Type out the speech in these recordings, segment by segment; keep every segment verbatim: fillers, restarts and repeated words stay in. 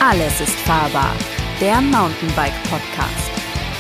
Alles ist fahrbar, der Mountainbike-Podcast.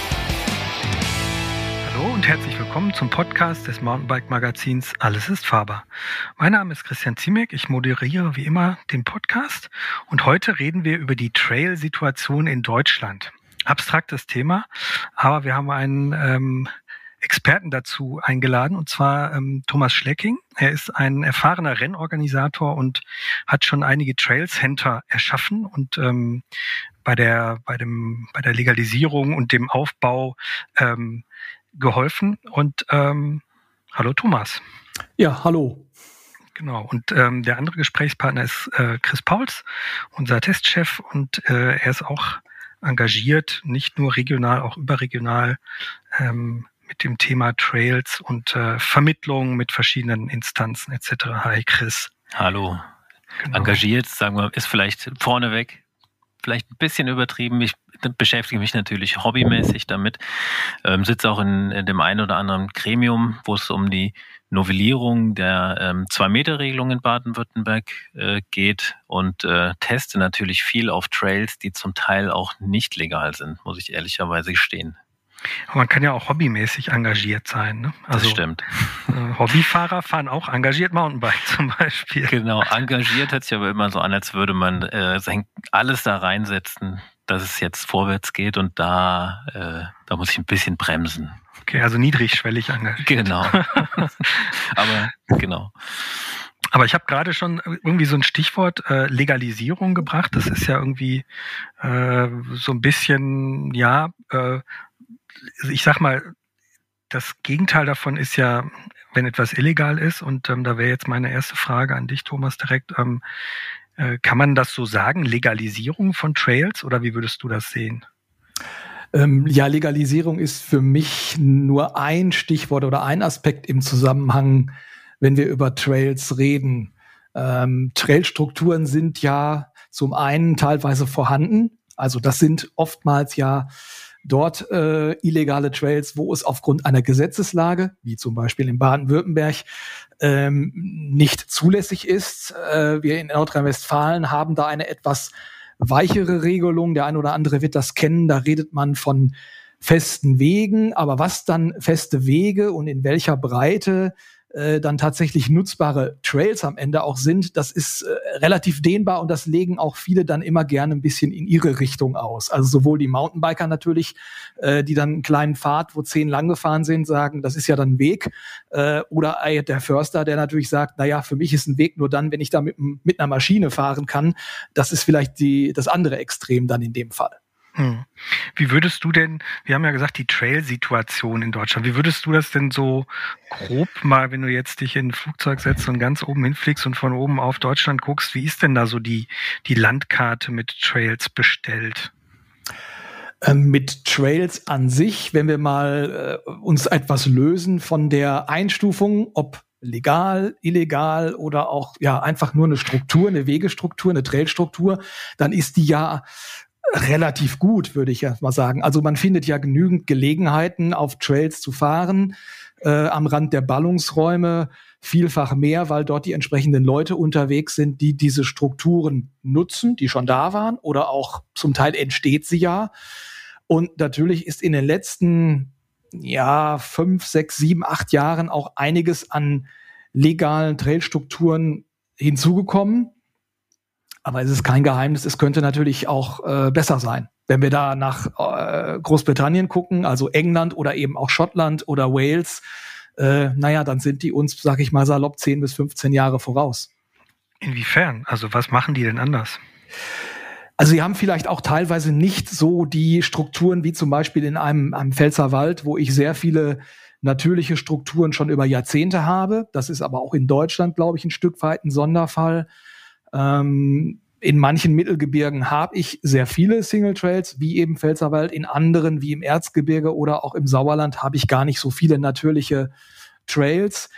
Hallo und herzlich willkommen zum Podcast des Mountainbike-Magazins Alles ist fahrbar. Mein Name ist Christian Ziemek, ich moderiere wie immer den Podcast und heute reden wir über die Trail-Situation in Deutschland. Abstraktes Thema, aber wir haben einen ähm, Experten dazu eingeladen, und zwar ähm, Thomas Schlecking. Er ist ein erfahrener Rennorganisator und hat schon einige Trail-Center erschaffen und ähm, bei der bei dem bei der Legalisierung und dem Aufbau ähm, geholfen. Und ähm, hallo Thomas. Ja, hallo. Genau. Und ähm, der andere Gesprächspartner ist äh, Chris Pauls, unser Testchef, und äh, er ist auch engagiert, nicht nur regional, auch überregional ähm, mit dem Thema Trails und äh, Vermittlung mit verschiedenen Instanzen et cetera. Hi Chris. Hallo. Genau. Engagiert, sagen wir, ist vielleicht vorneweg vielleicht ein bisschen übertrieben. Ich beschäftige mich natürlich hobbymäßig damit, ähm, sitze auch in, in dem einen oder anderen Gremium, wo es um die Novellierung der ähm, Zwei-Meter-Regelung in Baden-Württemberg äh, geht und äh, teste natürlich viel auf Trails, die zum Teil auch nicht legal sind, muss ich ehrlicherweise gestehen. Aber man kann ja auch hobbymäßig engagiert sein, ne? Also, das stimmt. Äh, Hobbyfahrer fahren auch engagiert Mountainbike zum Beispiel. Genau, engagiert hört sich aber immer so an, als würde man äh, sein, alles da reinsetzen, dass es jetzt vorwärts geht, und da, äh, da muss ich ein bisschen bremsen. Okay, also niedrigschwellig engagiert. Genau. Aber genau. Aber ich habe gerade schon irgendwie so ein Stichwort äh, Legalisierung gebracht. Das ist ja irgendwie äh, so ein bisschen, ja, äh, ich sag mal, das Gegenteil davon ist ja, wenn etwas illegal ist. Und ähm, da wäre jetzt meine erste Frage an dich, Thomas, direkt. Ähm, äh, kann man das so sagen, Legalisierung von Trails, oder wie würdest du das sehen? Ähm, ja, Legalisierung ist für mich nur ein Stichwort oder ein Aspekt im Zusammenhang, wenn wir über Trails reden. Ähm, Trailstrukturen sind ja zum einen teilweise vorhanden. Also das sind oftmals ja dort äh, illegale Trails, wo es aufgrund einer Gesetzeslage, wie zum Beispiel in Baden-Württemberg, ähm, nicht zulässig ist. Äh, wir in Nordrhein-Westfalen haben da eine etwas weichere Regelung. Der eine oder andere wird das kennen. Da redet man von festen Wegen. Aber was dann feste Wege und in welcher Breite äh, dann tatsächlich nutzbare Trails am Ende auch sind, das ist äh, relativ dehnbar, und das legen auch viele dann immer gerne ein bisschen in ihre Richtung aus. Also sowohl die Mountainbiker natürlich, äh, die dann einen kleinen Pfad, wo zehn lang gefahren sind, sagen, das ist ja dann ein Weg, äh, oder der Förster, der natürlich sagt, naja, für mich ist ein Weg nur dann, wenn ich da mit, mit einer Maschine fahren kann. Das ist vielleicht die, das andere Extrem dann in dem Fall. Hm. Wie würdest du denn, wir haben ja gesagt, die Trail-Situation in Deutschland, wie würdest du das denn so grob mal, wenn du jetzt dich in ein Flugzeug setzt und ganz oben hinfliegst und von oben auf Deutschland guckst, wie ist denn da so die, die Landkarte mit Trails bestellt? Ähm, mit Trails an sich, wenn wir mal äh, uns etwas lösen von der Einstufung, ob legal, illegal oder auch ja einfach nur eine Struktur, eine Wegestruktur, eine Trailstruktur, dann ist die ja relativ gut, würde ich ja mal sagen. Also man findet ja genügend Gelegenheiten, auf Trails zu fahren, äh, am Rand der Ballungsräume, vielfach mehr, weil dort die entsprechenden Leute unterwegs sind, die diese Strukturen nutzen, die schon da waren, oder auch zum Teil entsteht sie ja. Und natürlich ist in den letzten ja fünf, sechs, sieben, acht Jahren auch einiges an legalen Trailstrukturen hinzugekommen. Aber es ist kein Geheimnis, es könnte natürlich auch äh, besser sein. Wenn wir da nach äh, Großbritannien gucken, also England oder eben auch Schottland oder Wales, äh, naja, dann sind die uns, sag ich mal salopp, zehn bis fünfzehn Jahre voraus. Inwiefern? Also was machen die denn anders? Also sie haben vielleicht auch teilweise nicht so die Strukturen wie zum Beispiel in einem, einem Pfälzerwald, wo ich sehr viele natürliche Strukturen schon über Jahrzehnte habe. Das ist aber auch in Deutschland, glaube ich, ein Stück weit ein Sonderfall. Ähm, in manchen Mittelgebirgen habe ich sehr viele Single Trails, wie eben Pfälzerwald. In anderen, wie im Erzgebirge oder auch im Sauerland, habe ich gar nicht so viele natürliche Trails.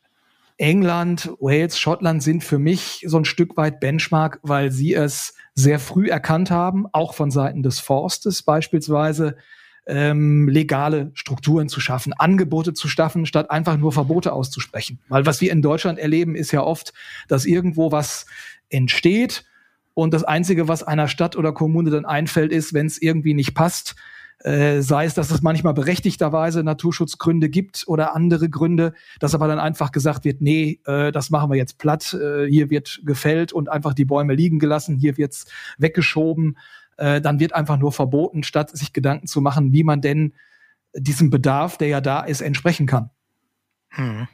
England, Wales, Schottland sind für mich so ein Stück weit Benchmark, weil sie es sehr früh erkannt haben, auch von Seiten des Forstes beispielsweise, ähm, legale Strukturen zu schaffen, Angebote zu schaffen, statt einfach nur Verbote auszusprechen. Weil was wir in Deutschland erleben, ist ja oft, dass irgendwo was entsteht Und das Einzige, was einer Stadt oder Kommune dann einfällt, ist, wenn es irgendwie nicht passt, äh, sei es, dass es manchmal berechtigterweise Naturschutzgründe gibt oder andere Gründe, dass aber dann einfach gesagt wird, nee, äh, das machen wir jetzt platt, äh, hier wird gefällt und einfach die Bäume liegen gelassen, hier wird's weggeschoben, äh, dann wird einfach nur verboten, statt sich Gedanken zu machen, wie man denn diesem Bedarf, der ja da ist, entsprechen kann. Hm.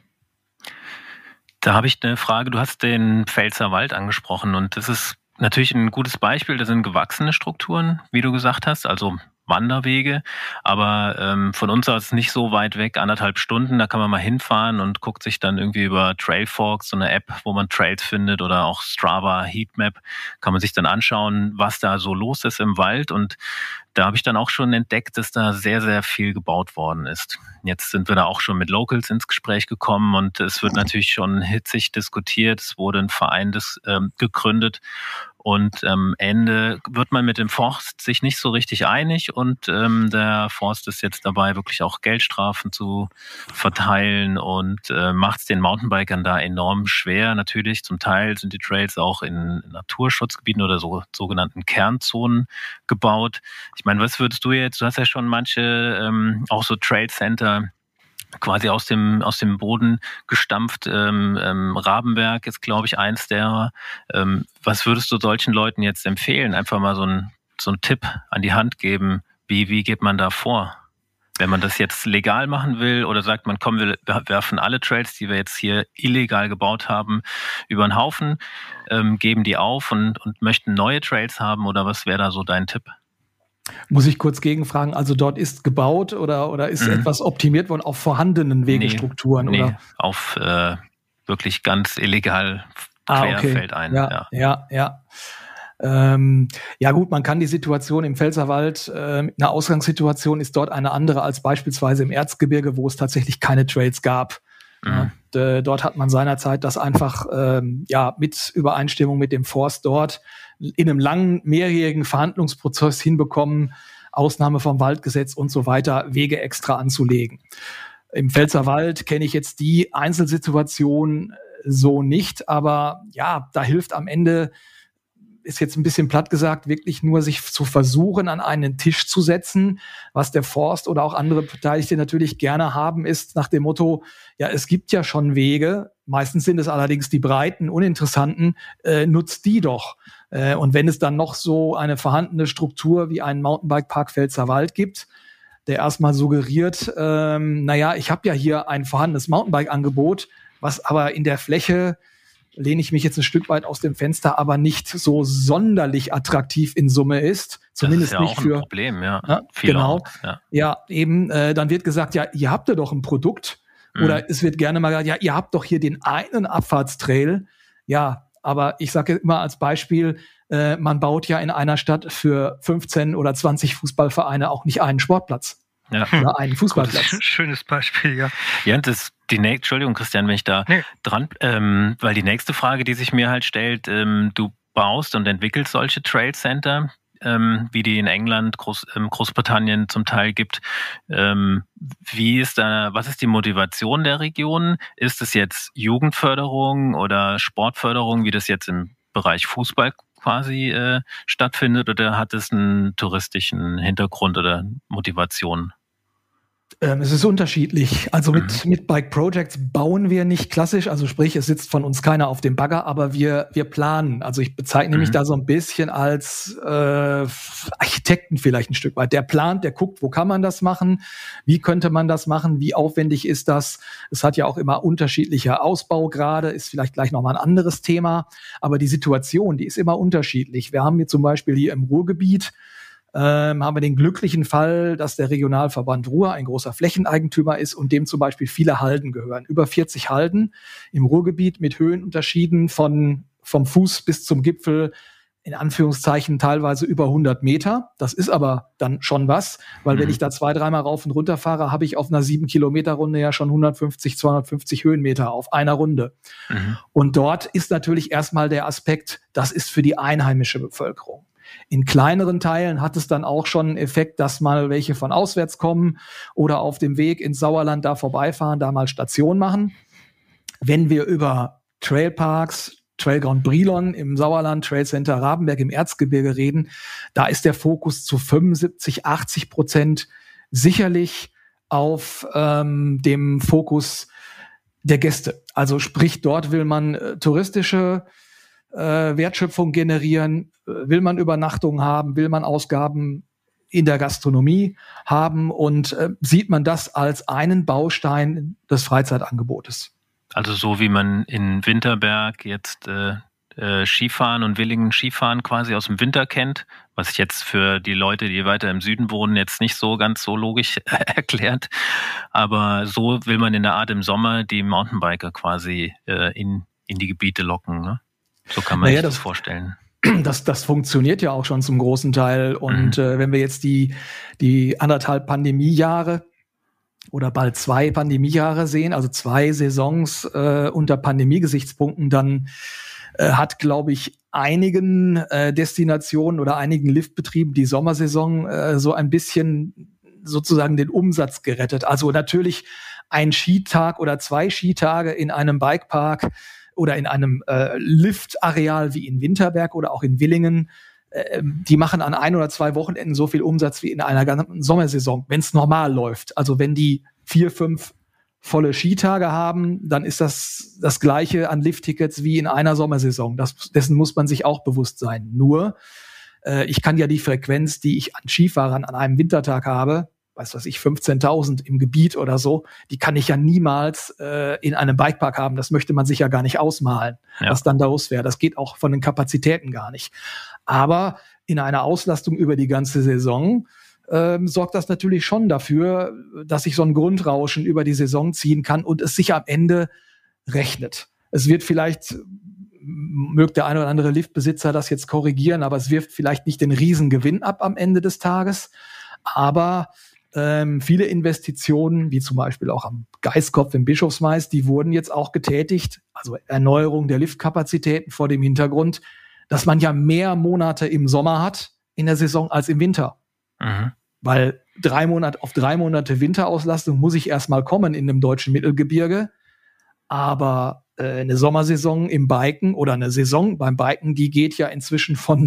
Da habe ich eine Frage, du hast den Pfälzerwald angesprochen und das ist natürlich ein gutes Beispiel, das sind gewachsene Strukturen, wie du gesagt hast, also Wanderwege, aber ähm, von uns aus nicht so weit weg, anderthalb Stunden, da kann man mal hinfahren und guckt sich dann irgendwie über Trailforks, so eine App, wo man Trails findet oder auch Strava Heatmap, kann man sich dann anschauen, was da so los ist im Wald und da habe ich dann auch schon entdeckt, dass da sehr, sehr viel gebaut worden ist. Jetzt sind wir da auch schon mit Locals ins Gespräch gekommen und es wird natürlich schon hitzig diskutiert, es wurde ein Verein des, ähm, gegründet. Und am Ende wird man mit dem Forst sich nicht so richtig einig und ähm, der Forst ist jetzt dabei, wirklich auch Geldstrafen zu verteilen und äh, macht es den Mountainbikern da enorm schwer. Natürlich, zum Teil sind die Trails auch in Naturschutzgebieten oder so sogenannten Kernzonen gebaut. Ich meine, was würdest du jetzt, du hast ja schon manche ähm, auch so Trailcenter quasi aus dem aus dem Boden gestampft. Ähm, ähm, Rabenberg ist, glaube ich, eins der. Ähm, was würdest du solchen Leuten jetzt empfehlen? Einfach mal so ein so ein Tipp an die Hand geben. Wie wie geht man da vor? Wenn man das jetzt legal machen will oder sagt man, komm, wir werfen alle Trails, die wir jetzt hier illegal gebaut haben, über den Haufen, ähm, geben die auf und und möchten neue Trails haben oder was wäre da so dein Tipp? Muss ich kurz gegenfragen, also dort ist gebaut oder, oder ist mhm. etwas optimiert worden auf vorhandenen Wegestrukturen? Nee, oder? nee, auf äh, wirklich ganz illegal quer ah, okay. fällt ein. Ja, ja, ja. Ja. Ähm, ja gut, man kann die Situation im Pfälzerwald, äh, eine Ausgangssituation ist dort eine andere als beispielsweise im Erzgebirge, wo es tatsächlich keine Trails gab. Mhm. Ja, d- dort hat man seinerzeit das einfach ähm, ja mit Übereinstimmung mit dem Forst dort in einem langen, mehrjährigen Verhandlungsprozess hinbekommen, Ausnahme vom Waldgesetz und so weiter, Wege extra anzulegen. Im Pfälzerwald kenne ich jetzt die Einzelsituation so nicht, aber ja, da hilft am Ende, ist jetzt ein bisschen platt gesagt, wirklich nur sich zu versuchen, an einen Tisch zu setzen. Was der Forst oder auch andere Beteiligte natürlich gerne haben, ist nach dem Motto, ja, es gibt ja schon Wege, meistens sind es allerdings die breiten, uninteressanten, äh, nutzt die doch. Äh, und wenn es dann noch so eine vorhandene Struktur wie einen Mountainbike-Park Pfälzerwald gibt, der erstmal suggeriert, ähm, naja, ich habe ja hier ein vorhandenes Mountainbike-Angebot, was aber in der Fläche, lehne ich mich jetzt ein Stück weit aus dem Fenster, aber nicht so sonderlich attraktiv in Summe ist. Zumindest das ist ja nicht auch für. Ein Problem, ja. ja genau. Auch, ja. ja, eben, äh, dann wird gesagt, ja, ihr habt ja doch ein Produkt. Mhm. Oder es wird gerne mal gesagt, ja, ihr habt doch hier den einen Abfahrtstrail. Ja, aber ich sage immer als Beispiel, äh, man baut ja in einer Stadt für fünfzehn oder zwanzig Fußballvereine auch nicht einen Sportplatz. Ja. Oder einen Fußballplatz. Gutes, schönes Beispiel, ja. Ja, und das, die nächste, Entschuldigung, Christian, wenn ich da nee. dran, ähm, weil die nächste Frage, die sich mir halt stellt, ähm, du baust und entwickelst solche Trailcenter, ähm, wie die in England, Groß, ähm, Großbritannien zum Teil gibt. Ähm, wie ist da, was ist die Motivation der Region? Ist es jetzt Jugendförderung oder Sportförderung, wie das jetzt im Bereich Fußball quasi äh, stattfindet, oder hat es einen touristischen Hintergrund oder Motivation? Ähm, es ist unterschiedlich. Also mit, mhm. mit Bike Projects bauen wir nicht klassisch, also sprich, es sitzt von uns keiner auf dem Bagger, aber wir, wir planen. Also ich bezeichne mhm. mich da so ein bisschen als äh, Architekten vielleicht ein Stück weit. Der plant, der guckt, wo kann man das machen, wie könnte man das machen, wie aufwendig ist das. Es hat ja auch immer unterschiedliche Ausbaugrade, ist vielleicht gleich nochmal ein anderes Thema, aber die Situation, die ist immer unterschiedlich. Wir haben hier zum Beispiel hier im Ruhrgebiet Ähm, haben wir den glücklichen Fall, dass der Regionalverband Ruhr ein großer Flächeneigentümer ist und dem zum Beispiel viele Halden gehören. Über vierzig Halden im Ruhrgebiet mit Höhenunterschieden von vom Fuß bis zum Gipfel, in Anführungszeichen teilweise über hundert Meter. Das ist aber dann schon was, weil mhm. wenn ich da zwei, dreimal rauf und runter fahre, habe ich auf einer sieben Kilometer Runde ja schon hundertfünfzig, zweihundertfünfzig Höhenmeter auf einer Runde. Mhm. Und dort ist natürlich erstmal der Aspekt, das ist für die einheimische Bevölkerung. In kleineren Teilen hat es dann auch schon einen Effekt, dass mal welche von auswärts kommen oder auf dem Weg ins Sauerland da vorbeifahren, da mal Station machen. Wenn wir über Trailparks, Trailground Brilon im Sauerland, Trailcenter Rabenberg im Erzgebirge reden, da ist der Fokus zu fünfundsiebzig, achtzig Prozent sicherlich auf ähm, dem Fokus der Gäste. Also sprich, dort will man äh, touristische äh, Wertschöpfung generieren, äh, will man Übernachtungen haben, will man Ausgaben in der Gastronomie haben und äh, sieht man das als einen Baustein des Freizeitangebotes. Also so wie man in Winterberg jetzt äh, äh, Skifahren und Willingen Skifahren quasi aus dem Winter kennt, was ich jetzt für die Leute, die weiter im Süden wohnen, jetzt nicht so ganz so logisch erklärt. Aber so will man in der Art im Sommer die Mountainbiker quasi äh, in, in die Gebiete locken. Ne? So kann man naja, sich das, das vorstellen. Das, das funktioniert ja auch schon zum großen Teil. Und mhm. äh, wenn wir jetzt die, die anderthalb Pandemiejahre oder bald zwei Pandemiejahre sehen, also zwei Saisons äh, unter Pandemie-Gesichtspunkten, dann äh, hat, glaube ich, einigen äh, Destinationen oder einigen Liftbetrieben die Sommersaison äh, so ein bisschen sozusagen den Umsatz gerettet. Also natürlich ein Skitag oder zwei Skitage in einem Bikepark oder in einem äh, Liftareal wie in Winterberg oder auch in Willingen, äh, die machen an ein oder zwei Wochenenden so viel Umsatz wie in einer ganzen Sommersaison, wenn es normal läuft. Also wenn die vier, fünf volle Skitage haben, dann ist das das Gleiche an Lifttickets wie in einer Sommersaison. Das, dessen muss man sich auch bewusst sein. Nur, äh, ich kann ja die Frequenz, die ich an Skifahrern an einem Wintertag habe, weiß was ich, fünfzehntausend im Gebiet oder so, die kann ich ja niemals äh, in einem Bikepark haben. Das möchte man sich ja gar nicht ausmalen, ja. was dann da los wäre. Das geht auch von den Kapazitäten gar nicht. Aber in einer Auslastung über die ganze Saison ähm, sorgt das natürlich schon dafür, dass ich so ein Grundrauschen über die Saison ziehen kann und es sich am Ende rechnet. Es wird vielleicht, mögt der eine oder andere Liftbesitzer das jetzt korrigieren, aber es wirft vielleicht nicht den Riesengewinn ab am Ende des Tages. Aber Ähm, viele Investitionen, wie zum Beispiel auch am Geiskopf im Bischofsmais, die wurden jetzt auch getätigt, also Erneuerung der Liftkapazitäten vor dem Hintergrund, dass man ja mehr Monate im Sommer hat in der Saison als im Winter. Mhm. Weil drei Monate auf drei Monate Winterauslastung muss ich erstmal kommen in dem deutschen Mittelgebirge. Aber äh, eine Sommersaison im Biken oder eine Saison beim Biken, die geht ja inzwischen von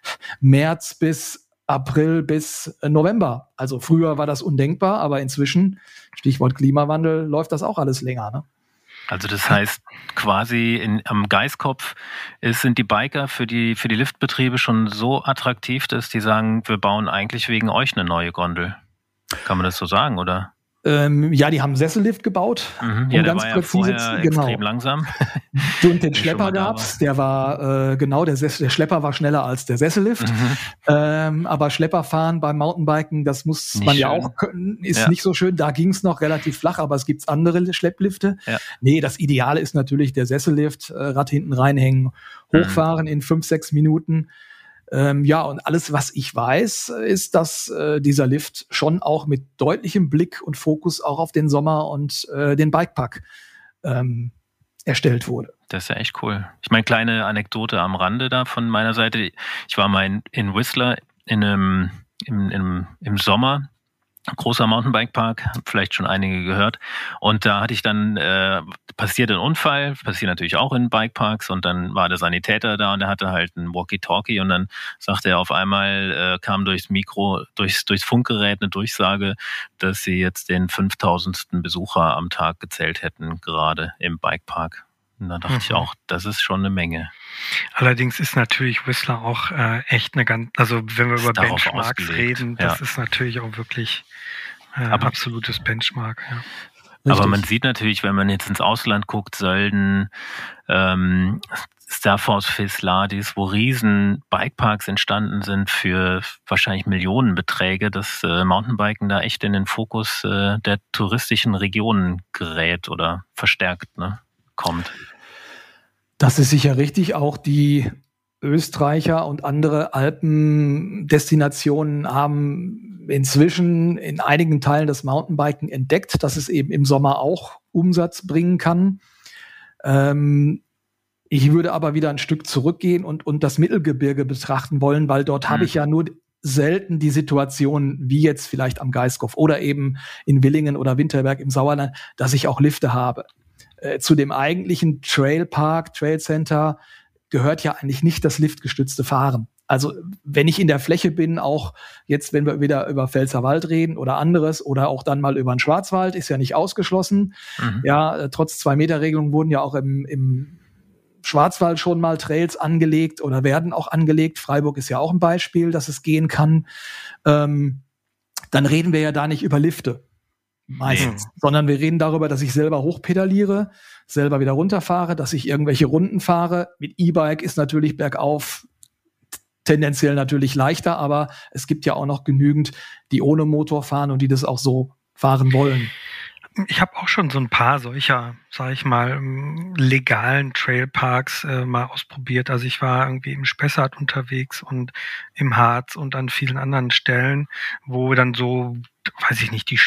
März bis April bis November. Also früher war das undenkbar, aber inzwischen, Stichwort Klimawandel, läuft das auch alles länger. Ne? Also das heißt quasi in, am Geiskopf ist, sind die Biker für die, für die Liftbetriebe schon so attraktiv, dass die sagen, wir bauen eigentlich wegen euch eine neue Gondel. Kann man das so sagen, oder? Ähm, ja, die haben einen Sessellift gebaut. Mhm. Um ja, der ganz war präzise, ja vorher genau. extrem langsam. Und den Schlepper gab's, der war, äh, genau, der, Ses- der Schlepper war schneller als der Sessellift. Mhm. Ähm, aber Schlepperfahren beim Mountainbiken, das muss nicht man schön. ja auch können, ist ja. nicht so schön. Da ging's noch relativ flach, aber es gibt andere Schlepplifte. Ja. Nee, das Ideale ist natürlich der Sessellift, äh, Rad hinten reinhängen, hochfahren mhm. in fünf, sechs Minuten. Ähm, ja, und alles, was ich weiß, ist, dass äh, dieser Lift schon auch mit deutlichem Blick und Fokus auch auf den Sommer und äh, den Bikepark ähm, erstellt wurde. Das ist ja echt cool. Ich meine, kleine Anekdote am Rande da von meiner Seite. Ich war mal in, in Whistler in einem, im, im, im Sommer. Großer Mountainbike-Park, vielleicht schon einige gehört. Und da hatte ich dann, äh, passiert ein Unfall, passiert natürlich auch in Bikeparks, und dann war der Sanitäter da und der hatte halt ein Walkie-Talkie, und dann sagte er auf einmal, äh, kam durchs Mikro, durchs, durchs Funkgerät eine Durchsage, dass sie jetzt den fünftausendsten Besucher am Tag gezählt hätten, gerade im Bikepark. Und da dachte mhm. ich auch, das ist schon eine Menge. Allerdings ist natürlich Whistler auch äh, echt eine ganz, also wenn wir über Benchmarks reden, das ja. ist natürlich auch wirklich äh, ein absolutes Benchmark. Ja. Aber man sieht natürlich, wenn man jetzt ins Ausland guckt, Sölden, ähm, Starforce Fisladis, wo riesen Bikeparks entstanden sind für wahrscheinlich Millionenbeträge, dass äh, Mountainbiken da echt in den Fokus äh, der touristischen Regionen gerät oder verstärkt, ne, kommt. Das ist sicher richtig. Auch die Österreicher und andere Alpendestinationen haben inzwischen in einigen Teilen das Mountainbiken entdeckt, dass es eben im Sommer auch Umsatz bringen kann. Ähm, ich würde aber wieder ein Stück zurückgehen und, und das Mittelgebirge betrachten wollen, weil dort mhm. habe ich ja nur selten die Situation, wie jetzt vielleicht am Geiskopf oder eben in Willingen oder Winterberg im Sauerland, dass ich auch Lifte habe. äh, zu dem eigentlichen Trailpark, Trailcenter gehört ja eigentlich nicht das liftgestützte Fahren. Also wenn ich in der Fläche bin, auch jetzt, wenn wir wieder über Pfälzerwald reden oder anderes oder auch dann mal über den Schwarzwald, ist ja nicht ausgeschlossen. Mhm. Ja, äh, trotz Zwei-Meter-Regelung wurden ja auch im, im Schwarzwald schon mal Trails angelegt oder werden auch angelegt. Freiburg ist ja auch ein Beispiel, dass es gehen kann. Ähm, dann reden wir ja da nicht über Lifte meistens, nee. sondern wir reden darüber, dass ich selber hochpedaliere, selber wieder runterfahre, dass ich irgendwelche Runden fahre. Mit E-Bike ist natürlich bergauf tendenziell natürlich leichter, aber es gibt ja auch noch genügend, die ohne Motor fahren und die das auch so fahren wollen. Ich habe auch schon so ein paar solcher, sage ich mal, legalen Trailparks äh, mal ausprobiert. Also ich war irgendwie im Spessart unterwegs und im Harz und an vielen anderen Stellen, wo dann so, weiß ich nicht, die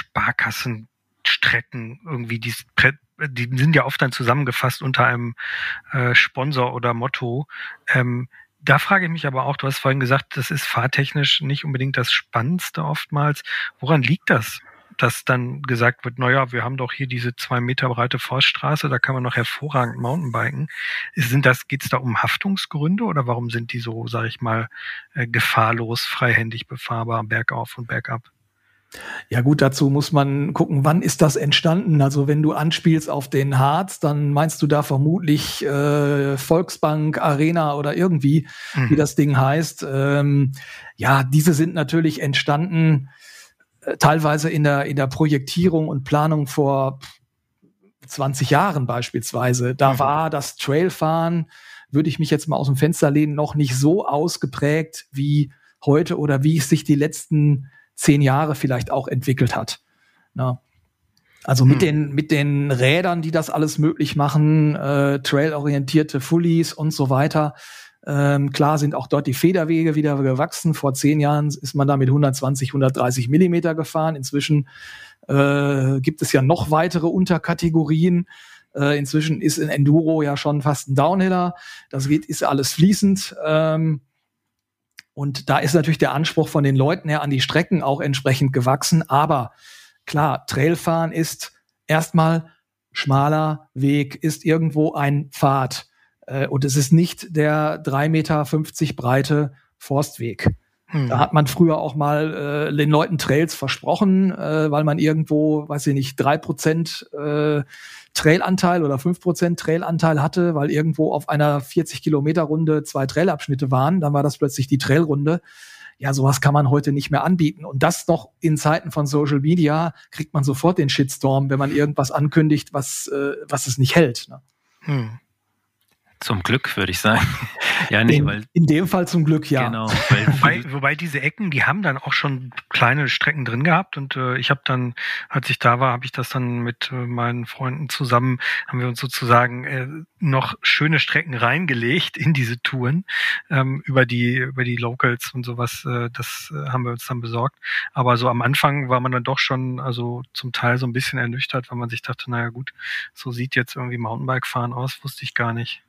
Sparkassenstrecken irgendwie, die, die sind ja oft dann zusammengefasst unter einem äh, Sponsor oder Motto. Ähm, Da frage ich mich aber auch, du hast vorhin gesagt, das ist fahrtechnisch nicht unbedingt das Spannendste oftmals. Woran liegt das, dass dann gesagt wird, naja, wir haben doch hier diese zwei Meter breite Forststraße, da kann man noch hervorragend Mountainbiken. Sind das, geht's da um Haftungsgründe oder warum sind die so, sage ich mal, gefahrlos, freihändig befahrbar, bergauf und bergab? Ja gut, dazu muss man gucken, wann ist das entstanden? Also wenn du anspielst auf den Harz, dann meinst du da vermutlich äh, Volksbank, Arena oder irgendwie, mhm. wie das Ding heißt. Ähm, ja, diese sind natürlich entstanden äh, teilweise in der in der Projektierung und Planung vor zwanzig Jahren beispielsweise. Da mhm. war das Trailfahren, würde ich mich jetzt mal aus dem Fenster lehnen, noch nicht so ausgeprägt wie heute oder wie es sich die letzten zehn Jahre vielleicht auch entwickelt hat. Na, also mit hm. den mit den Rädern, die das alles möglich machen, äh, trailorientierte Fullies und so weiter. Ähm, klar sind auch dort die Federwege wieder gewachsen. Vor zehn Jahren ist man da mit hundertzwanzig, hundertdreißig Millimeter gefahren. Inzwischen äh, gibt es ja noch weitere Unterkategorien. Äh, inzwischen ist ein Enduro ja schon fast ein Downhiller. Das geht, ist alles fließend. Ähm, Und da ist natürlich der Anspruch von den Leuten her an die Strecken auch entsprechend gewachsen. Aber klar, Trailfahren ist erstmal schmaler Weg, ist irgendwo ein Pfad. Äh, und es ist nicht der drei Meter fünfzig breite Forstweg. Hm. Da hat man früher auch mal äh, den Leuten Trails versprochen, äh, weil man irgendwo, weiß ich nicht, drei Prozent äh, Trailanteil oder fünf Prozent Trailanteil hatte, weil irgendwo auf einer vierzig Kilometer Runde zwei Trailabschnitte waren, dann war das plötzlich die Trailrunde. Ja, sowas kann man heute nicht mehr anbieten. Und das noch in Zeiten von Social Media kriegt man sofort den Shitstorm, wenn man irgendwas ankündigt, was, äh, was es nicht hält. Ne? Hm. Zum Glück, würde ich sagen. Ja, nee, in, weil, in dem Fall zum Glück, ja. Genau, weil, wobei, wobei diese Ecken, die haben dann auch schon kleine Strecken drin gehabt und äh, ich habe dann, als ich da war, habe ich das dann mit äh, meinen Freunden zusammen, haben wir uns sozusagen äh, noch schöne Strecken reingelegt in diese Touren ähm, über die über die Locals und sowas. Äh, das äh, haben wir uns dann besorgt. Aber so am Anfang war man dann doch schon, also zum Teil so ein bisschen ernüchtert, weil man sich dachte, naja gut, so sieht jetzt irgendwie Mountainbike-Fahren aus, wusste ich gar nicht.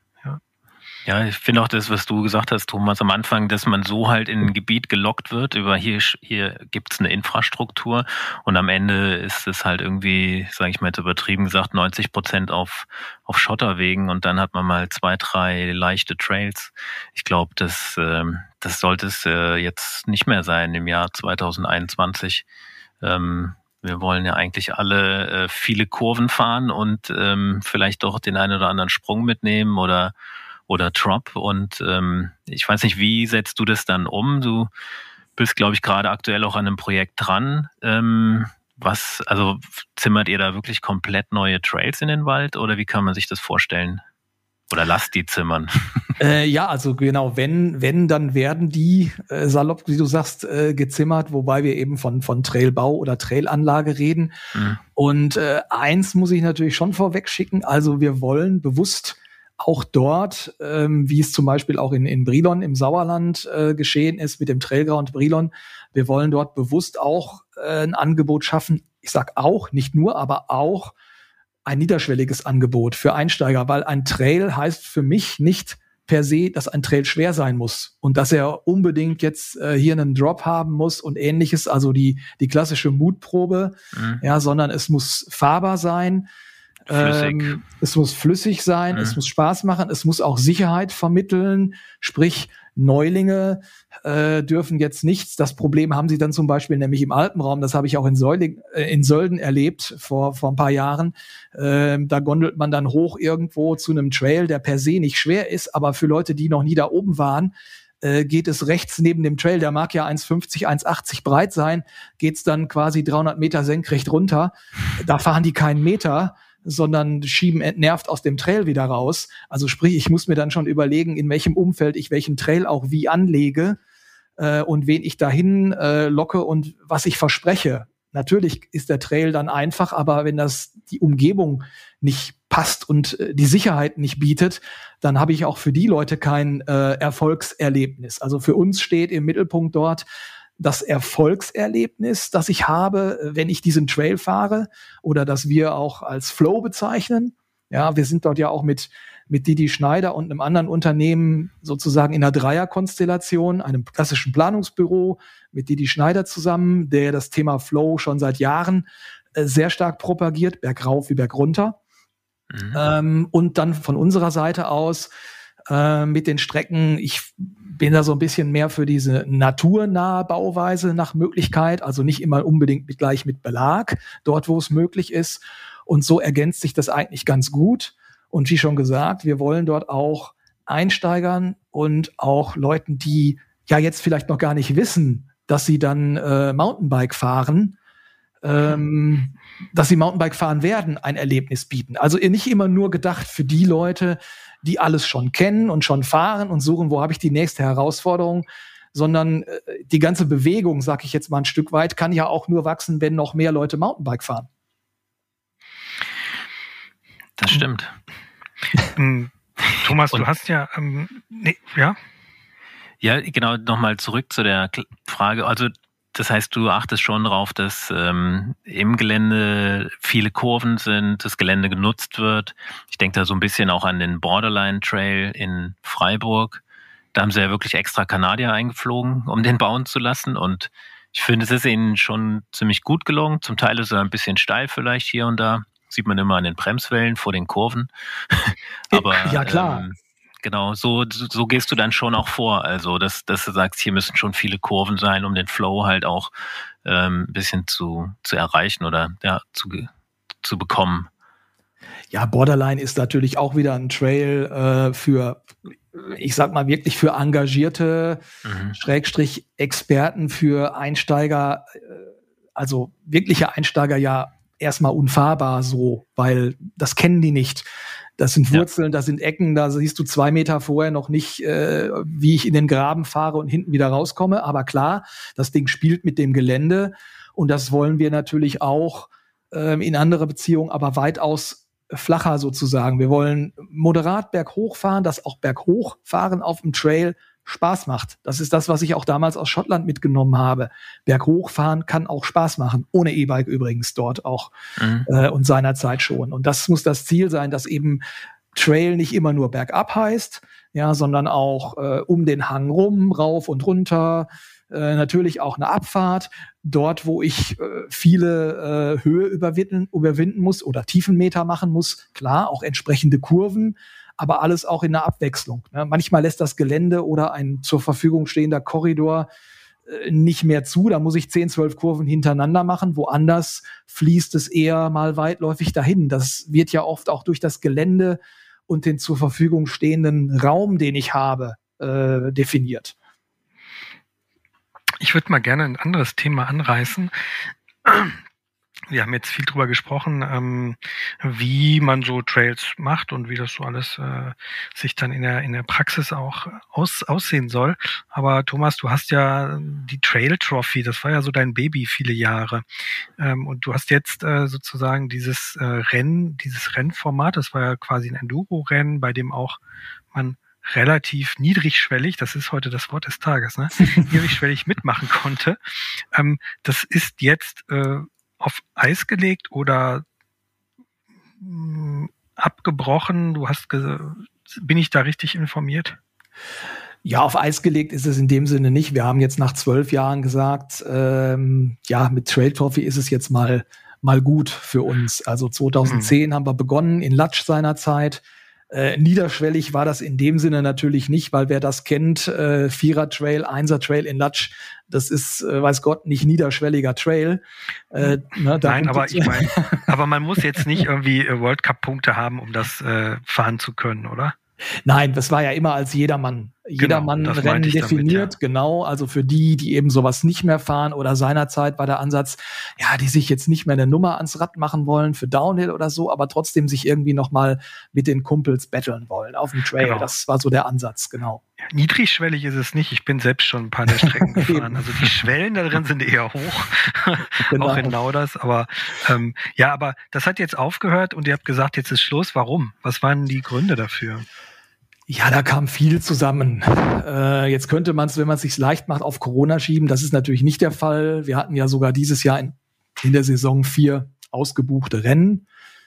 Ja, ich finde auch das, was du gesagt hast, Thomas, am Anfang, dass man so halt in ein Gebiet gelockt wird, über hier, hier gibt's eine Infrastruktur und am Ende ist es halt irgendwie, sage ich mal jetzt übertrieben gesagt, neunzig Prozent auf, auf Schotterwegen und dann hat man mal zwei, drei leichte Trails. Ich glaube, das, ähm, das sollte es äh, jetzt nicht mehr sein im Jahr zwanzig einundzwanzig. Ähm, wir wollen ja eigentlich alle äh, viele Kurven fahren und ähm, vielleicht doch den einen oder anderen Sprung mitnehmen oder oder Drop und ähm, ich weiß nicht, wie setzt du das dann um? Du bist, glaube ich, gerade aktuell auch an einem Projekt dran. Ähm, was, also zimmert ihr da wirklich komplett neue Trails in den Wald oder wie kann man sich das vorstellen? Oder lasst die zimmern? Äh, ja, also genau, wenn, wenn, dann werden die äh, salopp, wie du sagst, äh, gezimmert, wobei wir eben von, von Trailbau oder Trailanlage reden. Mhm. Und äh, eins muss ich natürlich schon vorweg schicken, also wir wollen bewusst auch dort, ähm, wie es zum Beispiel auch in, in Brilon im Sauerland äh, geschehen ist mit dem Trailground Brilon, wir wollen dort bewusst auch äh, ein Angebot schaffen. Ich sag auch, nicht nur, aber auch ein niederschwelliges Angebot für Einsteiger, weil ein Trail heißt für mich nicht per se, dass ein Trail schwer sein muss und dass er unbedingt jetzt äh, hier einen Drop haben muss und ähnliches, also die, die klassische Mutprobe, mhm. ja, sondern es muss fahrbar sein. Flüssig. Ähm, es muss flüssig sein, mhm. es muss Spaß machen, es muss auch Sicherheit vermitteln, sprich Neulinge äh, dürfen jetzt nichts. Das Problem haben sie dann zum Beispiel nämlich im Alpenraum, das habe ich auch in, Säuling, äh, in Sölden erlebt vor, vor ein paar Jahren. Ähm, da gondelt man dann hoch irgendwo zu einem Trail, der per se nicht schwer ist, aber für Leute, die noch nie da oben waren, äh, geht es rechts neben dem Trail, der mag ja eins fünfzig, eins achtzig breit sein, geht's dann quasi dreihundert Meter senkrecht runter. Da fahren die keinen Meter, sondern schieben entnervt aus dem Trail wieder raus. Also sprich, ich muss mir dann schon überlegen, in welchem Umfeld ich welchen Trail auch wie anlege äh, und wen ich dahin äh, locke und was ich verspreche. Natürlich ist der Trail dann einfach, aber wenn das die Umgebung nicht passt und äh, die Sicherheit nicht bietet, dann habe ich auch für die Leute kein äh, Erfolgserlebnis. Also für uns steht im Mittelpunkt dort das Erfolgserlebnis, das ich habe, wenn ich diesen Trail fahre oder das wir auch als Flow bezeichnen. Ja, wir sind dort ja auch mit, mit Didi Schneider und einem anderen Unternehmen sozusagen in einer Dreierkonstellation, einem klassischen Planungsbüro mit Didi Schneider zusammen, der das Thema Flow schon seit Jahren äh, sehr stark propagiert, bergauf wie bergunter. Mhm. Ähm, und dann von unserer Seite aus äh, mit den Strecken, ich bin da so ein bisschen mehr für diese naturnahe Bauweise nach Möglichkeit, also nicht immer unbedingt mit, gleich mit Belag, dort wo es möglich ist. Und so ergänzt sich das eigentlich ganz gut. Und wie schon gesagt, wir wollen dort auch Einsteigern und auch Leuten, die ja jetzt vielleicht noch gar nicht wissen, dass sie dann äh, Mountainbike fahren, ähm, dass sie Mountainbike fahren werden, ein Erlebnis bieten. Also nicht immer nur gedacht für die Leute, die alles schon kennen und schon fahren und suchen, wo habe ich die nächste Herausforderung, sondern äh, die ganze Bewegung, sag ich jetzt mal ein Stück weit, kann ja auch nur wachsen, wenn noch mehr Leute Mountainbike fahren. Das stimmt. Thomas, du hast ja, ähm, nee, ja? Ja, genau, nochmal zurück zu der Frage. Also das heißt, du achtest schon darauf, dass ähm, im Gelände viele Kurven sind, das Gelände genutzt wird. Ich denke da so ein bisschen auch an den Borderline Trail in Freiburg. Da haben sie ja wirklich extra Kanadier eingeflogen, um den bauen zu lassen. Und ich finde, es ist ihnen schon ziemlich gut gelungen. Zum Teil ist er ein bisschen steil vielleicht hier und da. Sieht man immer an den Bremswellen vor den Kurven. Aber ja, klar. Ähm, genau, so, so gehst du dann schon auch vor. Also, dass, dass du sagst, hier müssen schon viele Kurven sein, um den Flow halt auch ähm, ein bisschen zu, zu erreichen oder ja, zu, zu bekommen. Ja, Borderline ist natürlich auch wieder ein Trail äh, für, ich sag mal wirklich für engagierte, mhm. Schrägstrich Experten, für Einsteiger, äh, also wirkliche Einsteiger ja erstmal unfahrbar so, weil das kennen die nicht. Das sind Wurzeln, ja. Das sind Ecken, da siehst du zwei Meter vorher noch nicht, äh, wie ich in den Graben fahre und hinten wieder rauskomme. Aber klar, das Ding spielt mit dem Gelände und das wollen wir natürlich auch ähm, in andere Beziehungen, aber weitaus flacher sozusagen. Wir wollen moderat berghoch fahren, dass auch Berghochfahren auf dem Trail Spaß macht. Das ist das, was ich auch damals aus Schottland mitgenommen habe. Berghochfahren kann auch Spaß machen, ohne E-Bike übrigens dort auch mhm. äh, und seinerzeit schon. Und das muss das Ziel sein, dass eben Trail nicht immer nur bergab heißt, ja, sondern auch äh, um den Hang rum, rauf und runter, äh, natürlich auch eine Abfahrt, dort, wo ich äh, viele äh, Höhe überwinden, überwinden muss oder Tiefenmeter machen muss, klar, auch entsprechende Kurven, aber alles auch in der Abwechslung. Ne? Manchmal lässt das Gelände oder ein zur Verfügung stehender Korridor äh, nicht mehr zu. Da muss ich zehn, zwölf Kurven hintereinander machen. Woanders fließt es eher mal weitläufig dahin. Das wird ja oft auch durch das Gelände und den zur Verfügung stehenden Raum, den ich habe, äh, definiert. Ich würde mal gerne ein anderes Thema anreißen. Wir haben jetzt viel drüber gesprochen, ähm, wie man so Trails macht und wie das so alles äh, sich dann in der in der Praxis auch aus, aussehen soll. Aber Thomas, du hast ja die Trail Trophy, das war ja so dein Baby viele Jahre. Ähm, und du hast jetzt äh, sozusagen dieses äh, Rennen, dieses Rennformat, das war ja quasi ein Enduro-Rennen, bei dem auch man relativ niedrigschwellig, das ist heute das Wort des Tages, ne? niedrigschwellig mitmachen konnte. Ähm, das ist jetzt äh, auf Eis gelegt oder mh, abgebrochen? Du hast ge- bin ich da richtig informiert? Ja, auf Eis gelegt ist es in dem Sinne nicht. Wir haben jetzt nach zwölf Jahren gesagt, ähm, ja, mit Trail Trophy ist es jetzt mal mal gut für uns. Also zweitausendzehn mhm. haben wir begonnen in Latsch seinerzeit. Äh, niederschwellig war das in dem Sinne natürlich nicht, weil wer das kennt, äh, Vierer-Trail, Einser-Trail in Latsch, das ist, äh, weiß Gott, nicht niederschwelliger Trail. Äh, ne, Nein, aber ich meine, aber man muss jetzt nicht irgendwie World Cup-Punkte haben, um das äh, fahren zu können, oder? Nein, das war ja immer als Jedermann. Jedermann-Rennen genau, definiert, damit, ja. Genau. Also für die, die eben sowas nicht mehr fahren oder seinerzeit war der Ansatz, ja, die sich jetzt nicht mehr eine Nummer ans Rad machen wollen für Downhill oder so, aber trotzdem sich irgendwie nochmal mit den Kumpels battlen wollen auf dem Trail. Genau. Das war so der Ansatz, genau. Ja, niedrigschwellig ist es nicht. Ich bin selbst schon ein paar der Strecken gefahren. Also die Schwellen da drin sind eher hoch. Genau. Auch in Nauders. Aber ähm, ja, aber das hat jetzt aufgehört und ihr habt gesagt, jetzt ist Schluss. Warum? Was waren die Gründe dafür? Ja, da kam viel zusammen. Äh, jetzt könnte man es, wenn man es sich leicht macht, auf Corona schieben. Das ist natürlich nicht der Fall. Wir hatten ja sogar dieses Jahr in, in der Saison vier ausgebuchte Rennen,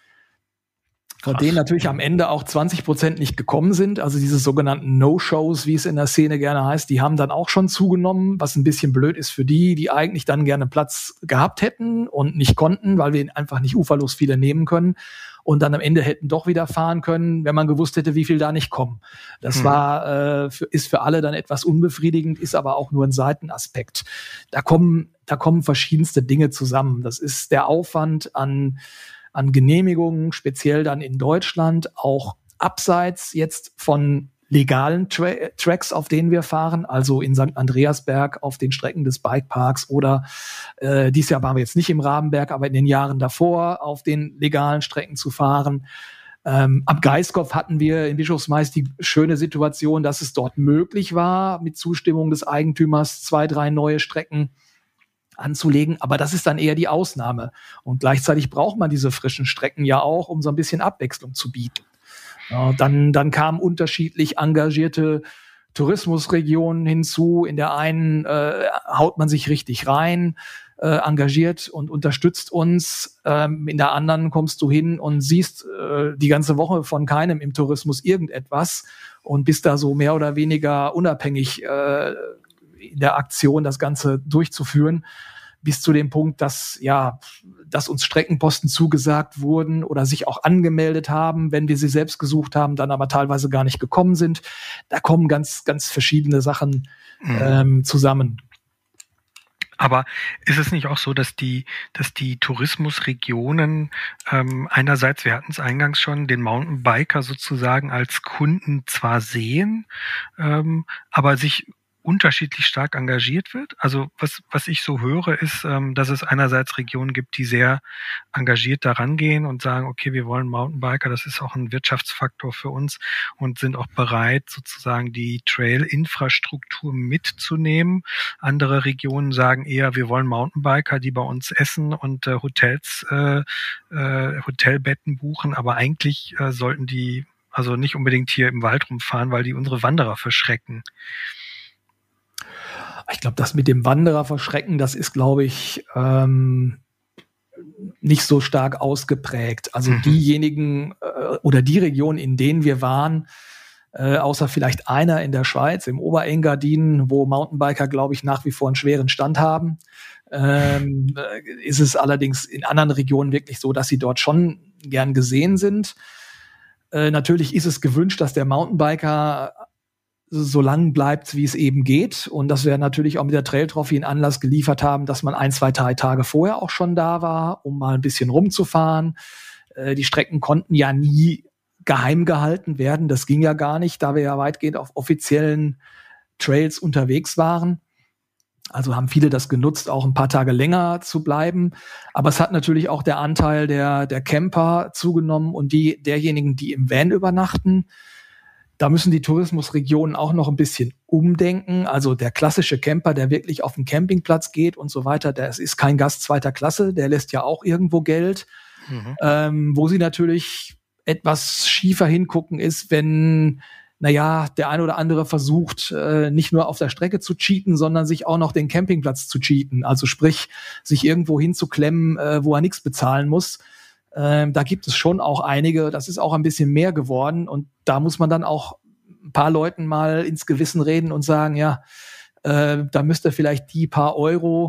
von Krass. denen natürlich am Ende auch zwanzig Prozent nicht gekommen sind. Also diese sogenannten No-Shows, wie es in der Szene gerne heißt, die haben dann auch schon zugenommen, was ein bisschen blöd ist für die, die eigentlich dann gerne Platz gehabt hätten und nicht konnten, weil wir einfach nicht uferlos viele nehmen können. Und dann am Ende hätten doch wieder fahren können, wenn man gewusst hätte, wie viel da nicht kommen. Das hm. war, äh, für, ist für alle dann etwas unbefriedigend, ist aber auch nur ein Seitenaspekt. Da kommen, da kommen verschiedenste Dinge zusammen. Das ist der Aufwand an, an Genehmigungen, speziell dann in Deutschland, auch abseits jetzt von legalen Tra- Tracks, auf denen wir fahren, also in Sankt Andreasberg auf den Strecken des Bikeparks oder äh, dieses Jahr waren wir jetzt nicht im Rabenberg, aber in den Jahren davor auf den legalen Strecken zu fahren. Ähm, ab Geiskopf hatten wir in Bischofsmais die schöne Situation, dass es dort möglich war, mit Zustimmung des Eigentümers zwei, drei neue Strecken anzulegen, aber das ist dann eher die Ausnahme. Und gleichzeitig braucht man diese frischen Strecken ja auch, um so ein bisschen Abwechslung zu bieten. Ja, dann, dann kamen unterschiedlich engagierte Tourismusregionen hinzu. In der einen äh, haut man sich richtig rein, äh, engagiert und unterstützt uns. Ähm, in der anderen kommst du hin und siehst äh, die ganze Woche von keinem im Tourismus irgendetwas und bist da so mehr oder weniger unabhängig äh, in der Aktion, das Ganze durchzuführen. Bis zu dem Punkt, dass, ja, dass uns Streckenposten zugesagt wurden oder sich auch angemeldet haben, wenn wir sie selbst gesucht haben, dann aber teilweise gar nicht gekommen sind. Da kommen ganz, ganz verschiedene Sachen mhm. ähm, zusammen. Aber ist es nicht auch so, dass die, dass die Tourismusregionen ähm, einerseits, wir hatten es eingangs schon, den Mountainbiker sozusagen als Kunden zwar sehen, ähm, aber sich unterschiedlich stark engagiert wird? Also was was ich so höre, ist, ähm, dass es einerseits Regionen gibt, die sehr engagiert daran gehen und sagen, okay, wir wollen Mountainbiker, das ist auch ein Wirtschaftsfaktor für uns und sind auch bereit, sozusagen die Trail-Infrastruktur mitzunehmen. Andere Regionen sagen eher, wir wollen Mountainbiker, die bei uns essen und äh, Hotels, äh, äh, Hotelbetten buchen, aber eigentlich äh, sollten die also nicht unbedingt hier im Wald rumfahren, weil die unsere Wanderer verschrecken. Ich glaube, das mit dem Wanderer verschrecken, das ist, glaube ich, ähm, nicht so stark ausgeprägt. Also mhm. diejenigen äh, oder die Regionen, in denen wir waren, äh, außer vielleicht einer in der Schweiz, im Oberengadin, wo Mountainbiker, glaube ich, nach wie vor einen schweren Stand haben, ähm, äh, ist es allerdings in anderen Regionen wirklich so, dass sie dort schon gern gesehen sind. Äh, natürlich ist es gewünscht, dass der Mountainbiker so lang bleibt, wie es eben geht. Und dass wir natürlich auch mit der Trail Trophy einen Anlass geliefert haben, dass man ein, zwei, drei Tage vorher auch schon da war, um mal ein bisschen rumzufahren. Äh, die Strecken konnten ja nie geheim gehalten werden. Das ging ja gar nicht, da wir ja weitgehend auf offiziellen Trails unterwegs waren. Also haben viele das genutzt, auch ein paar Tage länger zu bleiben. Aber es hat natürlich auch der Anteil der, der Camper zugenommen und die, derjenigen, die im Van übernachten. Da müssen die Tourismusregionen auch noch ein bisschen umdenken. Also der klassische Camper, der wirklich auf den Campingplatz geht und so weiter, der ist kein Gast zweiter Klasse, der lässt ja auch irgendwo Geld. Mhm. Ähm, wo sie natürlich etwas schiefer hingucken ist, wenn, naja, der eine oder andere versucht, äh, nicht nur auf der Strecke zu cheaten, sondern sich auch noch den Campingplatz zu cheaten. Also sprich, sich irgendwo hinzuklemmen, äh, wo er nichts bezahlen muss. Ähm, da gibt es schon auch einige, das ist auch ein bisschen mehr geworden und da muss man dann auch ein paar Leuten mal ins Gewissen reden und sagen, ja, äh, da müsst ihr vielleicht die paar Euro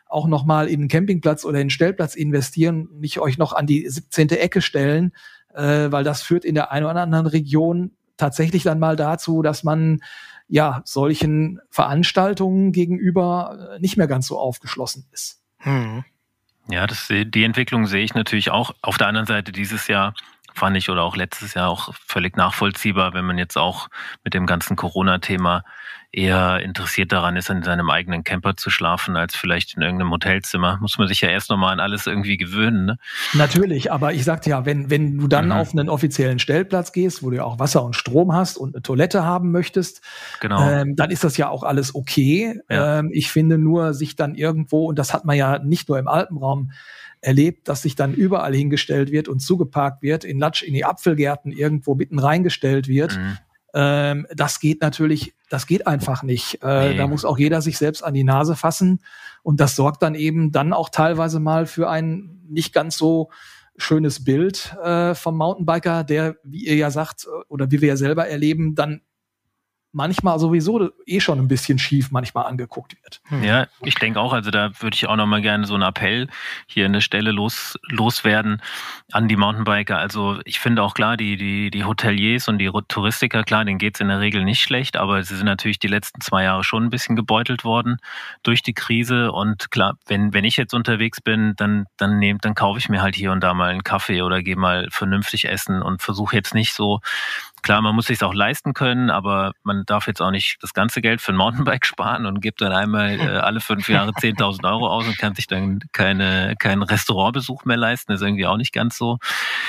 auch noch mal in einen Campingplatz oder in einen Stellplatz investieren, nicht euch noch an die siebzehnte Ecke stellen, äh, weil das führt in der einen oder anderen Region tatsächlich dann mal dazu, dass man ja solchen Veranstaltungen gegenüber nicht mehr ganz so aufgeschlossen ist. Hm. Ja, das, die Entwicklung sehe ich natürlich auch. Auf der anderen Seite dieses Jahr fand ich oder auch letztes Jahr auch völlig nachvollziehbar, wenn man jetzt auch mit dem ganzen Corona-Thema eher interessiert daran ist, in seinem eigenen Camper zu schlafen, als vielleicht in irgendeinem Hotelzimmer. Muss man sich ja erst nochmal an alles irgendwie gewöhnen, ne? Natürlich, aber ich sagte ja, wenn, wenn du dann Mhm. auf einen offiziellen Stellplatz gehst, wo du ja auch Wasser und Strom hast und eine Toilette haben möchtest, Genau. ähm, dann ist das ja auch alles okay. Ja. Ähm, ich finde nur, sich dann irgendwo, und das hat man ja nicht nur im Alpenraum erlebt, dass sich dann überall hingestellt wird und zugeparkt wird, in Latsch in die Apfelgärten irgendwo mitten reingestellt wird. Mhm. Ähm, das geht natürlich, das geht einfach nicht. Äh, Nee. Da muss auch jeder sich selbst an die Nase fassen. Und das sorgt dann eben dann auch teilweise mal für ein nicht ganz so schönes Bild äh, vom Mountainbiker, der, wie ihr ja sagt, oder wie wir ja selber erleben, dann manchmal sowieso eh schon ein bisschen schief manchmal angeguckt wird. Ja, ich denke auch, also da würde ich auch noch mal gerne so einen Appell hier an der Stelle los, loswerden an die Mountainbiker. Also ich finde auch klar, die, die, die Hoteliers und die Touristiker, klar, denen geht's in der Regel nicht schlecht, aber sie sind natürlich die letzten zwei Jahre schon ein bisschen gebeutelt worden durch die Krise. Und klar, wenn, wenn ich jetzt unterwegs bin, dann, dann nehmt, dann kaufe ich mir halt hier und da mal einen Kaffee oder gehe mal vernünftig essen und versuche jetzt nicht so. Klar, man muss sich auch leisten können, aber man darf jetzt auch nicht das ganze Geld für ein Mountainbike sparen und gibt dann einmal äh, alle fünf Jahre zehntausend Euro aus und kann sich dann keine, keinen Restaurantbesuch mehr leisten. Das ist irgendwie auch nicht ganz so.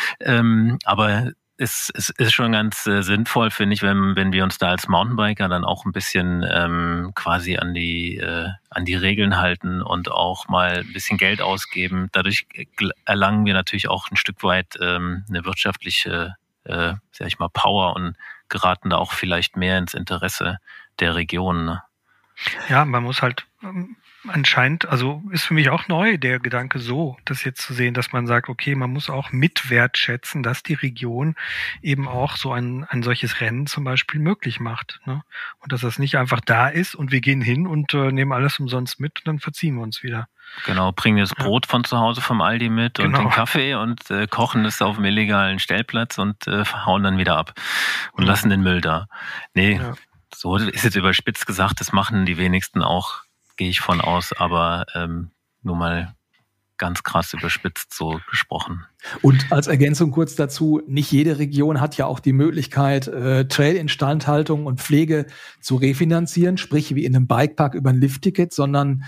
Ähm, aber es, es ist schon ganz äh, sinnvoll, finde ich, wenn, wenn wir uns da als Mountainbiker dann auch ein bisschen ähm, quasi an die, äh, an die Regeln halten und auch mal ein bisschen Geld ausgeben. Dadurch erlangen wir natürlich auch ein Stück weit ähm, eine wirtschaftliche Äh, sag ich mal, Power und geraten da auch vielleicht mehr ins Interesse der Region. Ne? Ja, man muss halt ähm, anscheinend, also ist für mich auch neu der Gedanke so, das jetzt zu sehen, dass man sagt, okay, man muss auch mit wertschätzen, dass die Region eben auch so ein, ein solches Rennen zum Beispiel möglich macht. Ne? Und dass das nicht einfach da ist und wir gehen hin und äh, nehmen alles umsonst mit und dann verziehen wir uns wieder. Genau, bringen das Brot ja. von zu Hause vom Aldi mit genau. und den Kaffee und äh, kochen es auf dem illegalen Stellplatz und äh, hauen dann wieder ab und ja. lassen den Müll da. Nee, ja. so ist jetzt überspitzt gesagt, das machen die wenigsten auch, gehe ich von aus, aber ähm, nur mal ganz krass überspitzt so gesprochen. Und als Ergänzung kurz dazu, nicht jede Region hat ja auch die Möglichkeit, äh, Trail-Instandhaltung und Pflege zu refinanzieren, sprich wie in einem Bikepark über ein Liftticket, sondern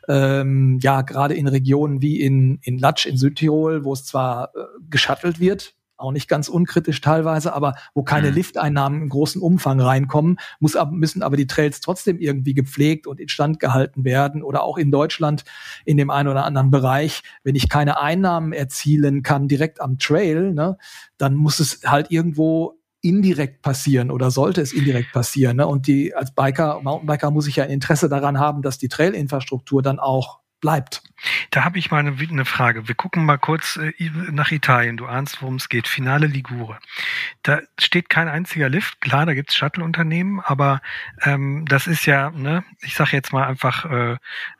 ähm, ja, gerade in Regionen wie in, in Latsch in Südtirol, wo es zwar äh, geschattelt wird, auch nicht ganz unkritisch teilweise, aber wo keine mhm. Lifteinnahmen im großen Umfang reinkommen, muss ab, müssen aber die Trails trotzdem irgendwie gepflegt und instand gehalten werden. Oder auch in Deutschland in dem einen oder anderen Bereich, wenn ich keine Einnahmen erzielen kann direkt am Trail, ne, dann muss es halt irgendwo indirekt passieren oder sollte es indirekt passieren. Ne? Und die als Biker, Mountainbiker muss ich ja ein Interesse daran haben, dass die Trailinfrastruktur dann auch bleibt. Da habe ich mal eine, eine Frage. Wir gucken mal kurz äh, nach Italien. Du ahnst, worum es geht. Finale Ligure. Da steht kein einziger Lift. Klar, da gibt es Shuttle-Unternehmen, aber ähm, das ist ja, ne, ich sage jetzt mal einfach äh,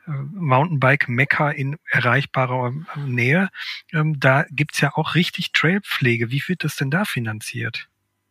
Mountainbike-Mekka in erreichbarer Nähe. Ähm, da gibt's ja auch richtig Trailpflege. Wie wird das denn da finanziert?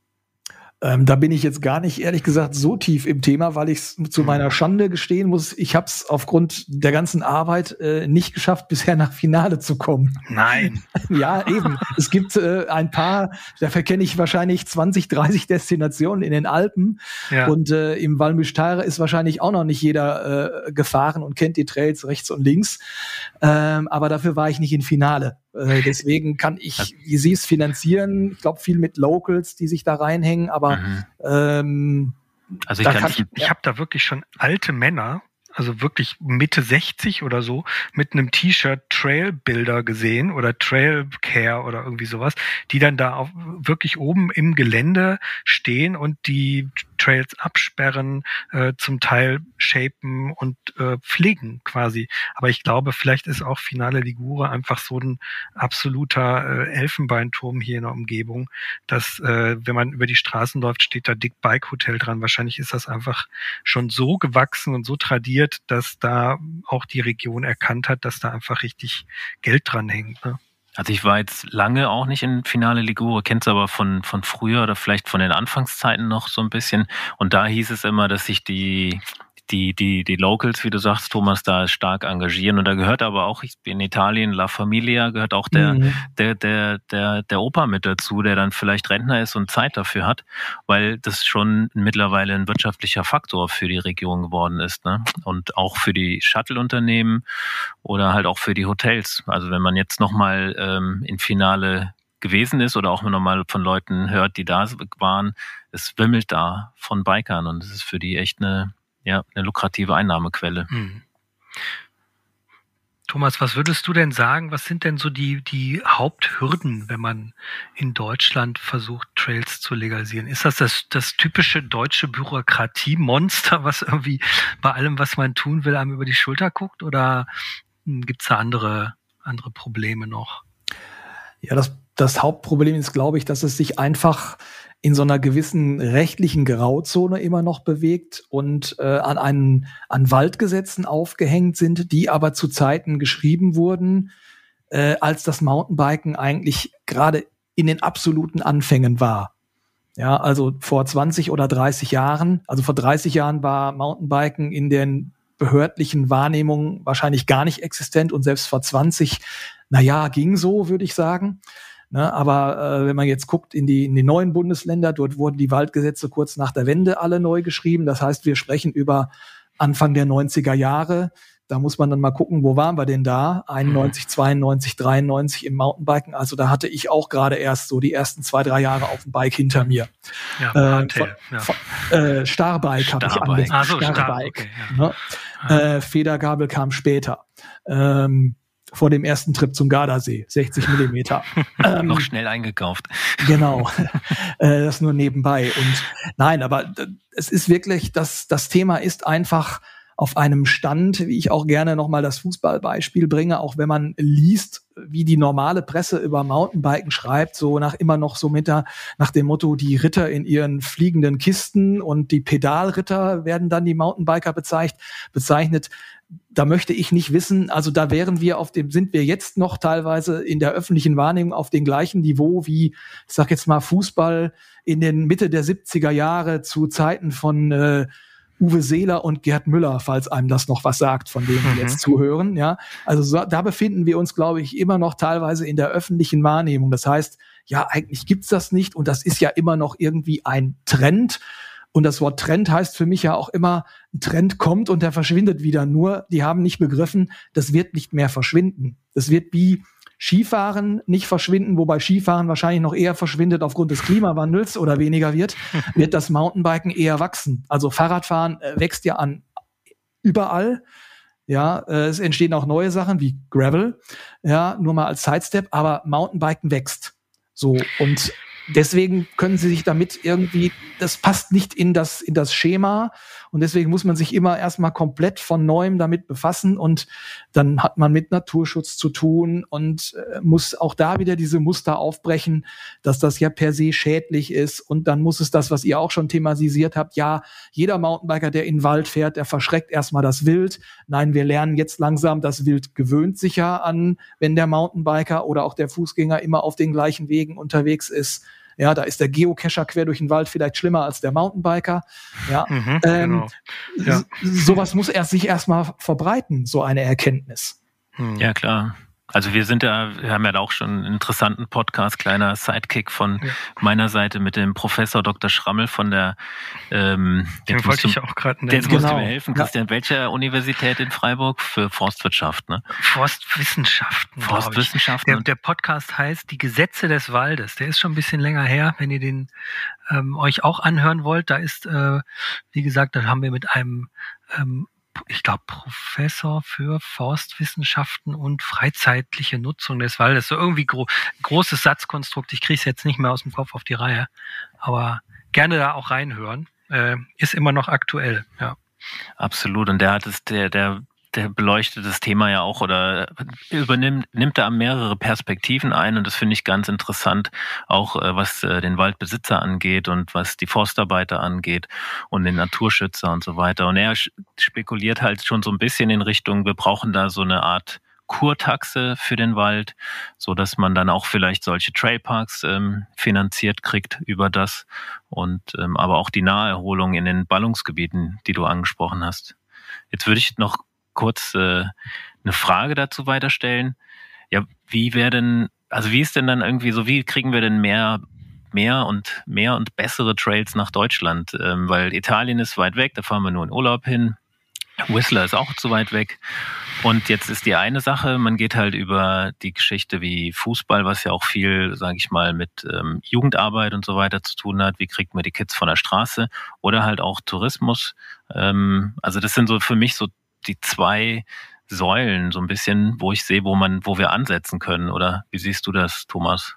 Ähm, da bin ich jetzt gar nicht, ehrlich gesagt, so tief im Thema, weil ich es zu meiner Schande gestehen muss, ich habe es aufgrund der ganzen Arbeit äh, nicht geschafft, bisher nach Finale zu kommen. Nein. Ja, eben. Es gibt äh, ein paar, dafür kenne ich wahrscheinlich zwanzig, dreißig Destinationen in den Alpen. Ja. Und äh, im Val Müstaire ist wahrscheinlich auch noch nicht jeder äh, gefahren und kennt die Trails rechts und links. Ähm, aber dafür war ich nicht in Finale. Äh, deswegen kann ich, wie sie es finanzieren, ich glaube viel mit Locals, die sich da reinhängen, aber mhm. ähm, also ich, kann, ich, ich ja. habe da wirklich schon alte Männer, also wirklich Mitte sechzig oder so, mit einem T-Shirt Trailbilder gesehen oder Trailcare oder irgendwie sowas, die dann da auf, wirklich oben im Gelände stehen und die Trails absperren, äh, zum Teil shapen und äh, pflegen quasi. Aber ich glaube, vielleicht ist auch Finale Ligure einfach so ein absoluter äh, Elfenbeinturm hier in der Umgebung, dass äh, wenn man über die Straßen läuft, steht da Dick Bike Hotel dran. Wahrscheinlich ist das einfach schon so gewachsen und so tradiert, dass da auch die Region erkannt hat, dass da einfach richtig Geld dran hängt. Ne? Also ich war jetzt lange auch nicht in Finale Ligure, kenn's aber von von früher oder vielleicht von den Anfangszeiten noch so ein bisschen. Und da hieß es immer, dass sich die die die die Locals, wie du sagst, Thomas, da stark engagieren. Und da gehört aber auch in Italien La Familia gehört auch der mhm. der der der der Opa mit dazu, der dann vielleicht Rentner ist und Zeit dafür hat, weil das schon mittlerweile ein wirtschaftlicher Faktor für die Region geworden ist, ne? Und auch für die Shuttle-Unternehmen oder halt auch für die Hotels. Also wenn man jetzt nochmal ähm, in Finale gewesen ist oder auch nochmal von Leuten hört, die da waren, es wimmelt da von Bikern und es ist für die echt eine Ja, eine lukrative Einnahmequelle. Hm. Thomas, was würdest du denn sagen, was sind denn so die, die Haupthürden, wenn man in Deutschland versucht, Trails zu legalisieren? Ist das das, das typische deutsche Bürokratiemonster, was irgendwie bei allem, was man tun will, einem über die Schulter guckt? Oder gibt es da andere, andere Probleme noch? Ja, das, das Hauptproblem ist, glaube ich, dass es sich einfach in so einer gewissen rechtlichen Grauzone immer noch bewegt und äh, an einen an Waldgesetzen aufgehängt sind, die aber zu Zeiten geschrieben wurden, äh, als das Mountainbiken eigentlich gerade in den absoluten Anfängen war. Ja, also vor zwanzig oder dreißig Jahren, also vor dreißig Jahren war Mountainbiken in den behördlichen Wahrnehmungen wahrscheinlich gar nicht existent und selbst vor zwanzig, na ja, ging so, würde ich sagen. Ne, aber äh, wenn man jetzt guckt in die, in die neuen Bundesländer, dort wurden die Waldgesetze kurz nach der Wende alle neu geschrieben. Das heißt, wir sprechen über Anfang der neunziger Jahre. Da muss man dann mal gucken, wo waren wir denn da? einundneunzig, zweiundneunzig, dreiundneunzig im Mountainbiken. Also da hatte ich auch gerade erst so die ersten zwei, drei Jahre auf dem Bike hinter mir. Ja, äh, von, ja. Von, äh, Starbike habe ich angefangen. Ah, so, Starbike. Star, okay, ja. Ne? Äh, Federgabel kam später. Ähm, vor dem ersten Trip zum Gardasee, sechzig Millimeter. ähm, Noch schnell eingekauft. Genau, äh, das nur nebenbei. Und nein, aber es ist wirklich, das, das Thema ist einfach auf einem Stand, wie ich auch gerne nochmal das Fußballbeispiel bringe, auch wenn man liest, wie die normale Presse über Mountainbiken schreibt, so nach immer noch so mit der, nach dem Motto, die Ritter in ihren fliegenden Kisten und die Pedalritter werden dann die Mountainbiker bezeichnet, bezeichnet. Da möchte ich nicht wissen, also da wären wir auf dem, sind wir jetzt noch teilweise in der öffentlichen Wahrnehmung auf dem gleichen Niveau wie, ich sag jetzt mal, Fußball in den Mitte der siebziger Jahre zu Zeiten von äh, Uwe Seeler und Gerd Müller, falls einem das noch was sagt, von denen wir mhm. jetzt zuhören. Ja, also so, da befinden wir uns, glaube ich, immer noch teilweise in der öffentlichen Wahrnehmung. Das heißt, ja, eigentlich gibt's das nicht und das ist ja immer noch irgendwie ein Trend. Und das Wort Trend heißt für mich ja auch immer, ein Trend kommt und der verschwindet wieder. Nur, die haben nicht begriffen, das wird nicht mehr verschwinden. Das wird wie Skifahren nicht verschwinden, wobei Skifahren wahrscheinlich noch eher verschwindet aufgrund des Klimawandels oder weniger wird, wird das Mountainbiken eher wachsen. Also Fahrradfahren äh, wächst ja an überall. Ja, äh, es entstehen auch neue Sachen wie Gravel. Ja, nur mal als Sidestep, aber Mountainbiken wächst. So, und deswegen können sie sich damit irgendwie, das passt nicht in das, in das Schema und deswegen muss man sich immer erstmal komplett von Neuem damit befassen und dann hat man mit Naturschutz zu tun und äh, muss auch da wieder diese Muster aufbrechen, dass das ja per se schädlich ist und dann muss es das, was ihr auch schon thematisiert habt, ja, jeder Mountainbiker, der in den Wald fährt, der verschreckt erstmal das Wild. Nein, wir lernen jetzt langsam, das Wild gewöhnt sich ja an, wenn der Mountainbiker oder auch der Fußgänger immer auf den gleichen Wegen unterwegs ist. Ja, da ist der Geocacher quer durch den Wald vielleicht schlimmer als der Mountainbiker. Ja, mhm, ähm, genau. Ja. Sowas muss erst sich erstmal verbreiten, so eine Erkenntnis. Ja, klar. Also wir sind ja, wir haben ja auch schon einen interessanten Podcast, kleiner Sidekick von ja. meiner Seite mit dem Professor Doktor Schrammel von der ähm, den wollte ich auch gerade nennen. Jetzt musst genau. du mir helfen, Christian. Ja. Welcher Universität in Freiburg? Für Forstwirtschaft, ne? Forstwissenschaften. Forstwissenschaften. Der, der Podcast heißt Die Gesetze des Waldes. Der ist schon ein bisschen länger her, wenn ihr den ähm, euch auch anhören wollt. Da ist, äh, wie gesagt, da haben wir mit einem ähm, ich glaube, Professor für Forstwissenschaften und freizeitliche Nutzung des Waldes. So irgendwie gro- großes Satzkonstrukt. Ich kriege es jetzt nicht mehr aus dem Kopf auf die Reihe. Aber gerne da auch reinhören. äh, ist immer noch aktuell, ja. Absolut. Und der hat es, der, der, der beleuchtet das Thema ja auch oder übernimmt, nimmt da mehrere Perspektiven ein und das finde ich ganz interessant, auch äh, was äh, den Waldbesitzer angeht und was die Forstarbeiter angeht und den Naturschützer und so weiter. Und er spekuliert halt schon so ein bisschen in Richtung, wir brauchen da so eine Art Kurtaxe für den Wald, so dass man dann auch vielleicht solche Trailparks ähm, finanziert kriegt über das und ähm, aber auch die Naherholung in den Ballungsgebieten, die du angesprochen hast. Jetzt würde ich noch kurz äh, eine Frage dazu weiterstellen. Ja, wie wäre denn, also wie ist denn dann irgendwie so, wie kriegen wir denn mehr mehr und mehr und bessere Trails nach Deutschland? Ähm, weil Italien ist weit weg, da fahren wir nur in Urlaub hin. Whistler ist auch zu weit weg. Und jetzt ist die eine Sache, man geht halt über die Geschichte wie Fußball, was ja auch viel, sage ich mal, mit ähm, Jugendarbeit und so weiter zu tun hat. Wie kriegt man die Kids von der Straße? Oder halt auch Tourismus. Ähm, also das sind so für mich so die zwei Säulen so ein bisschen, wo ich sehe, wo man, wo wir ansetzen können. Oder wie siehst du das, Thomas?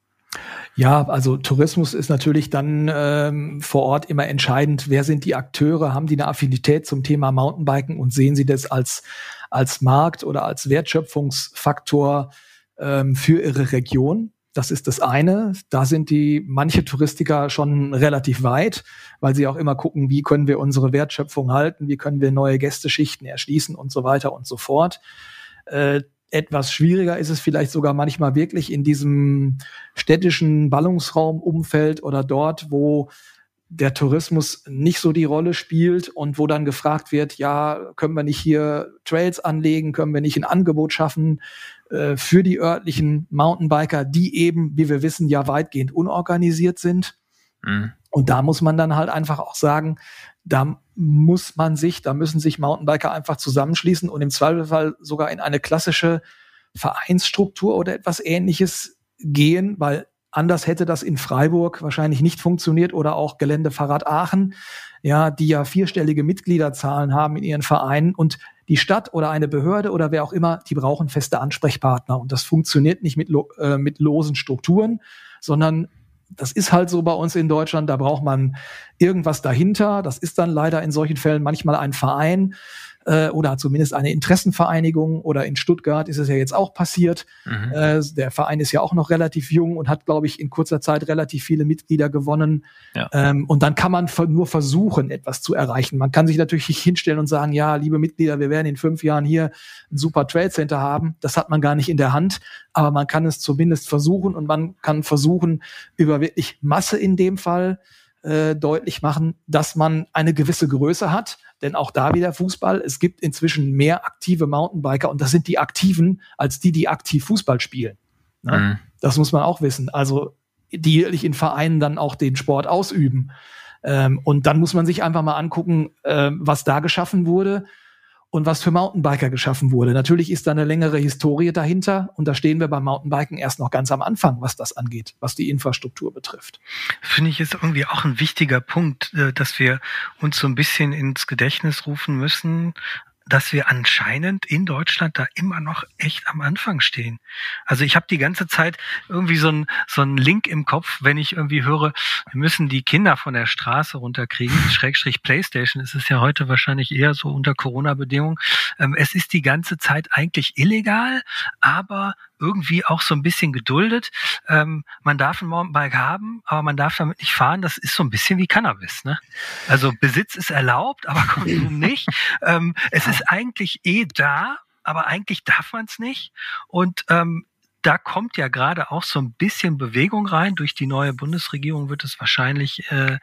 Ja, also Tourismus ist natürlich dann ähm, vor Ort immer entscheidend. Wer sind die Akteure? Haben die eine Affinität zum Thema Mountainbiken und sehen sie das als als Markt oder als Wertschöpfungsfaktor ähm, für ihre Region? Das ist das eine. Da sind die manche Touristiker schon relativ weit, weil sie auch immer gucken, wie können wir unsere Wertschöpfung halten, wie können wir neue Gästeschichten erschließen und so weiter und so fort. Äh, Etwas schwieriger ist es vielleicht sogar manchmal wirklich in diesem städtischen Ballungsraumumfeld oder dort, wo der Tourismus nicht so die Rolle spielt und wo dann gefragt wird, ja, können wir nicht hier Trails anlegen, können wir nicht ein Angebot schaffen äh, für die örtlichen Mountainbiker, die eben, wie wir wissen, ja weitgehend unorganisiert sind. Mhm. Und da muss man dann halt einfach auch sagen, da muss man sich, da müssen sich Mountainbiker einfach zusammenschließen und im Zweifelsfall sogar in eine klassische Vereinsstruktur oder etwas Ähnliches gehen, weil anders hätte das in Freiburg wahrscheinlich nicht funktioniert oder auch Geländefahrrad Aachen, ja, die ja vierstellige Mitgliederzahlen haben in ihren Vereinen und die Stadt oder eine Behörde oder wer auch immer, die brauchen feste Ansprechpartner und das funktioniert nicht mit, lo- äh, mit losen Strukturen, sondern das ist halt so bei uns in Deutschland, da braucht man irgendwas dahinter. Das ist dann leider in solchen Fällen manchmal ein Verein äh, oder zumindest eine Interessenvereinigung. Oder in Stuttgart ist es ja jetzt auch passiert. Mhm. Äh, der Verein ist ja auch noch relativ jung und hat, glaube ich, in kurzer Zeit relativ viele Mitglieder gewonnen. Ja. Ähm, und dann kann man nur versuchen, etwas zu erreichen. Man kann sich natürlich nicht hinstellen und sagen, ja, liebe Mitglieder, wir werden in fünf Jahren hier ein super Trail Center haben. Das hat man gar nicht in der Hand. Aber man kann es zumindest versuchen und man kann versuchen, über wirklich Masse in dem Fall äh, deutlich machen, dass man eine gewisse Größe hat. Denn auch da wieder Fußball. Es gibt inzwischen mehr aktive Mountainbiker und das sind die Aktiven als die, die aktiv Fußball spielen. Ne? Mhm. Das muss man auch wissen. Also die wirklich in Vereinen dann auch den Sport ausüben. Ähm, und dann muss man sich einfach mal angucken, äh, was da geschaffen wurde. Und was für Mountainbiker geschaffen wurde. Natürlich ist da eine längere Historie dahinter und da stehen wir beim Mountainbiken erst noch ganz am Anfang, was das angeht, was die Infrastruktur betrifft. Finde ich ist irgendwie auch ein wichtiger Punkt, dass wir uns so ein bisschen ins Gedächtnis rufen müssen, dass wir anscheinend in Deutschland da immer noch echt am Anfang stehen. Also ich habe die ganze Zeit irgendwie so ein so ein Link im Kopf, wenn ich irgendwie höre, wir müssen die Kinder von der Straße runterkriegen, Schrägstrich Playstation, es ist ja heute wahrscheinlich eher so unter Corona-Bedingungen. Ähm, es ist die ganze Zeit eigentlich illegal, aber irgendwie auch so ein bisschen geduldet. Ähm, man darf ein Mountainbike haben, aber man darf damit nicht fahren. Das ist so ein bisschen wie Cannabis, ne? Also Besitz ist erlaubt, aber Konsum nicht. Ähm, es ist eigentlich eh da, aber eigentlich darf man es nicht. Und ähm, da kommt ja gerade auch so ein bisschen Bewegung rein. Durch die neue Bundesregierung wird es wahrscheinlich äh,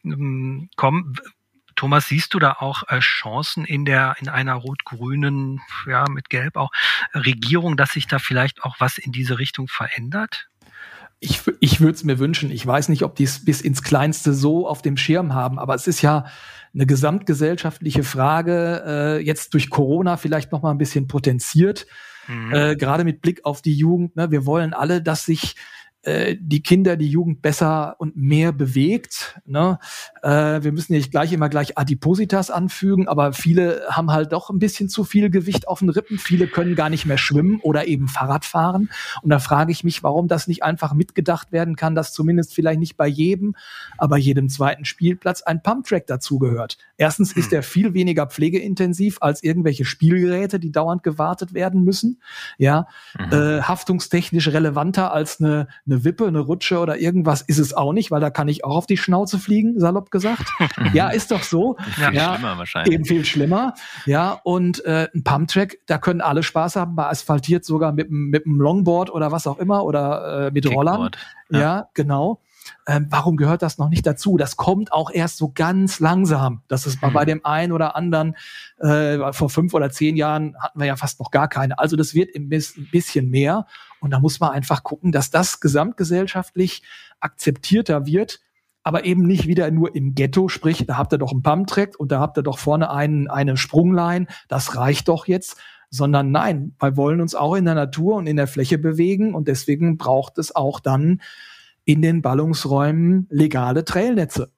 kommen. Thomas, siehst du da auch äh, Chancen in der in einer rot-grünen, ja mit Gelb auch äh, Regierung, dass sich da vielleicht auch was in diese Richtung verändert? Ich, ich würde es mir wünschen. Ich weiß nicht, ob die es bis ins Kleinste so auf dem Schirm haben, aber es ist ja eine gesamtgesellschaftliche Frage, äh, jetzt durch Corona vielleicht noch mal ein bisschen potenziert, mhm. äh, gerade mit Blick auf die Jugend. Ne? Wir wollen alle, dass sich äh, die Kinder, die Jugend besser und mehr bewegt. Ne? Äh, wir müssen nicht gleich immer gleich Adipositas anfügen, aber viele haben halt doch ein bisschen zu viel Gewicht auf den Rippen. Viele können gar nicht mehr schwimmen oder eben Fahrrad fahren. Und da frage ich mich, warum das nicht einfach mitgedacht werden kann, dass zumindest vielleicht nicht bei jedem, aber jedem zweiten Spielplatz ein Pumptrack dazugehört. Erstens ist er viel weniger pflegeintensiv als irgendwelche Spielgeräte, die dauernd gewartet werden müssen. Ja, mhm. äh, haftungstechnisch relevanter als eine eine Wippe, eine Rutsche oder irgendwas ist es auch nicht, weil da kann ich auch auf die Schnauze fliegen, salopp gesagt. Ja, ist doch so. Viel ja, schlimmer wahrscheinlich. Eben viel schlimmer. Ja, und äh, ein Pumptrack, da können alle Spaß haben, bei asphaltiert sogar mit mit einem Longboard oder was auch immer oder äh, mit Kickboard. Rollern. Ja, ja genau. Ähm, warum gehört das noch nicht dazu? Das kommt auch erst so ganz langsam. Das ist hm. bei dem einen oder anderen, äh, vor fünf oder zehn Jahren hatten wir ja fast noch gar keine. Also das wird ein bisschen mehr. Und da muss man einfach gucken, dass das gesamtgesellschaftlich akzeptierter wird, aber eben nicht wieder nur im Ghetto, sprich, da habt ihr doch einen Pumptrack und da habt ihr doch vorne einen, eine Sprungline, das reicht doch jetzt. Sondern nein, wir wollen uns auch in der Natur und in der Fläche bewegen und deswegen braucht es auch dann in den Ballungsräumen legale Trailnetze.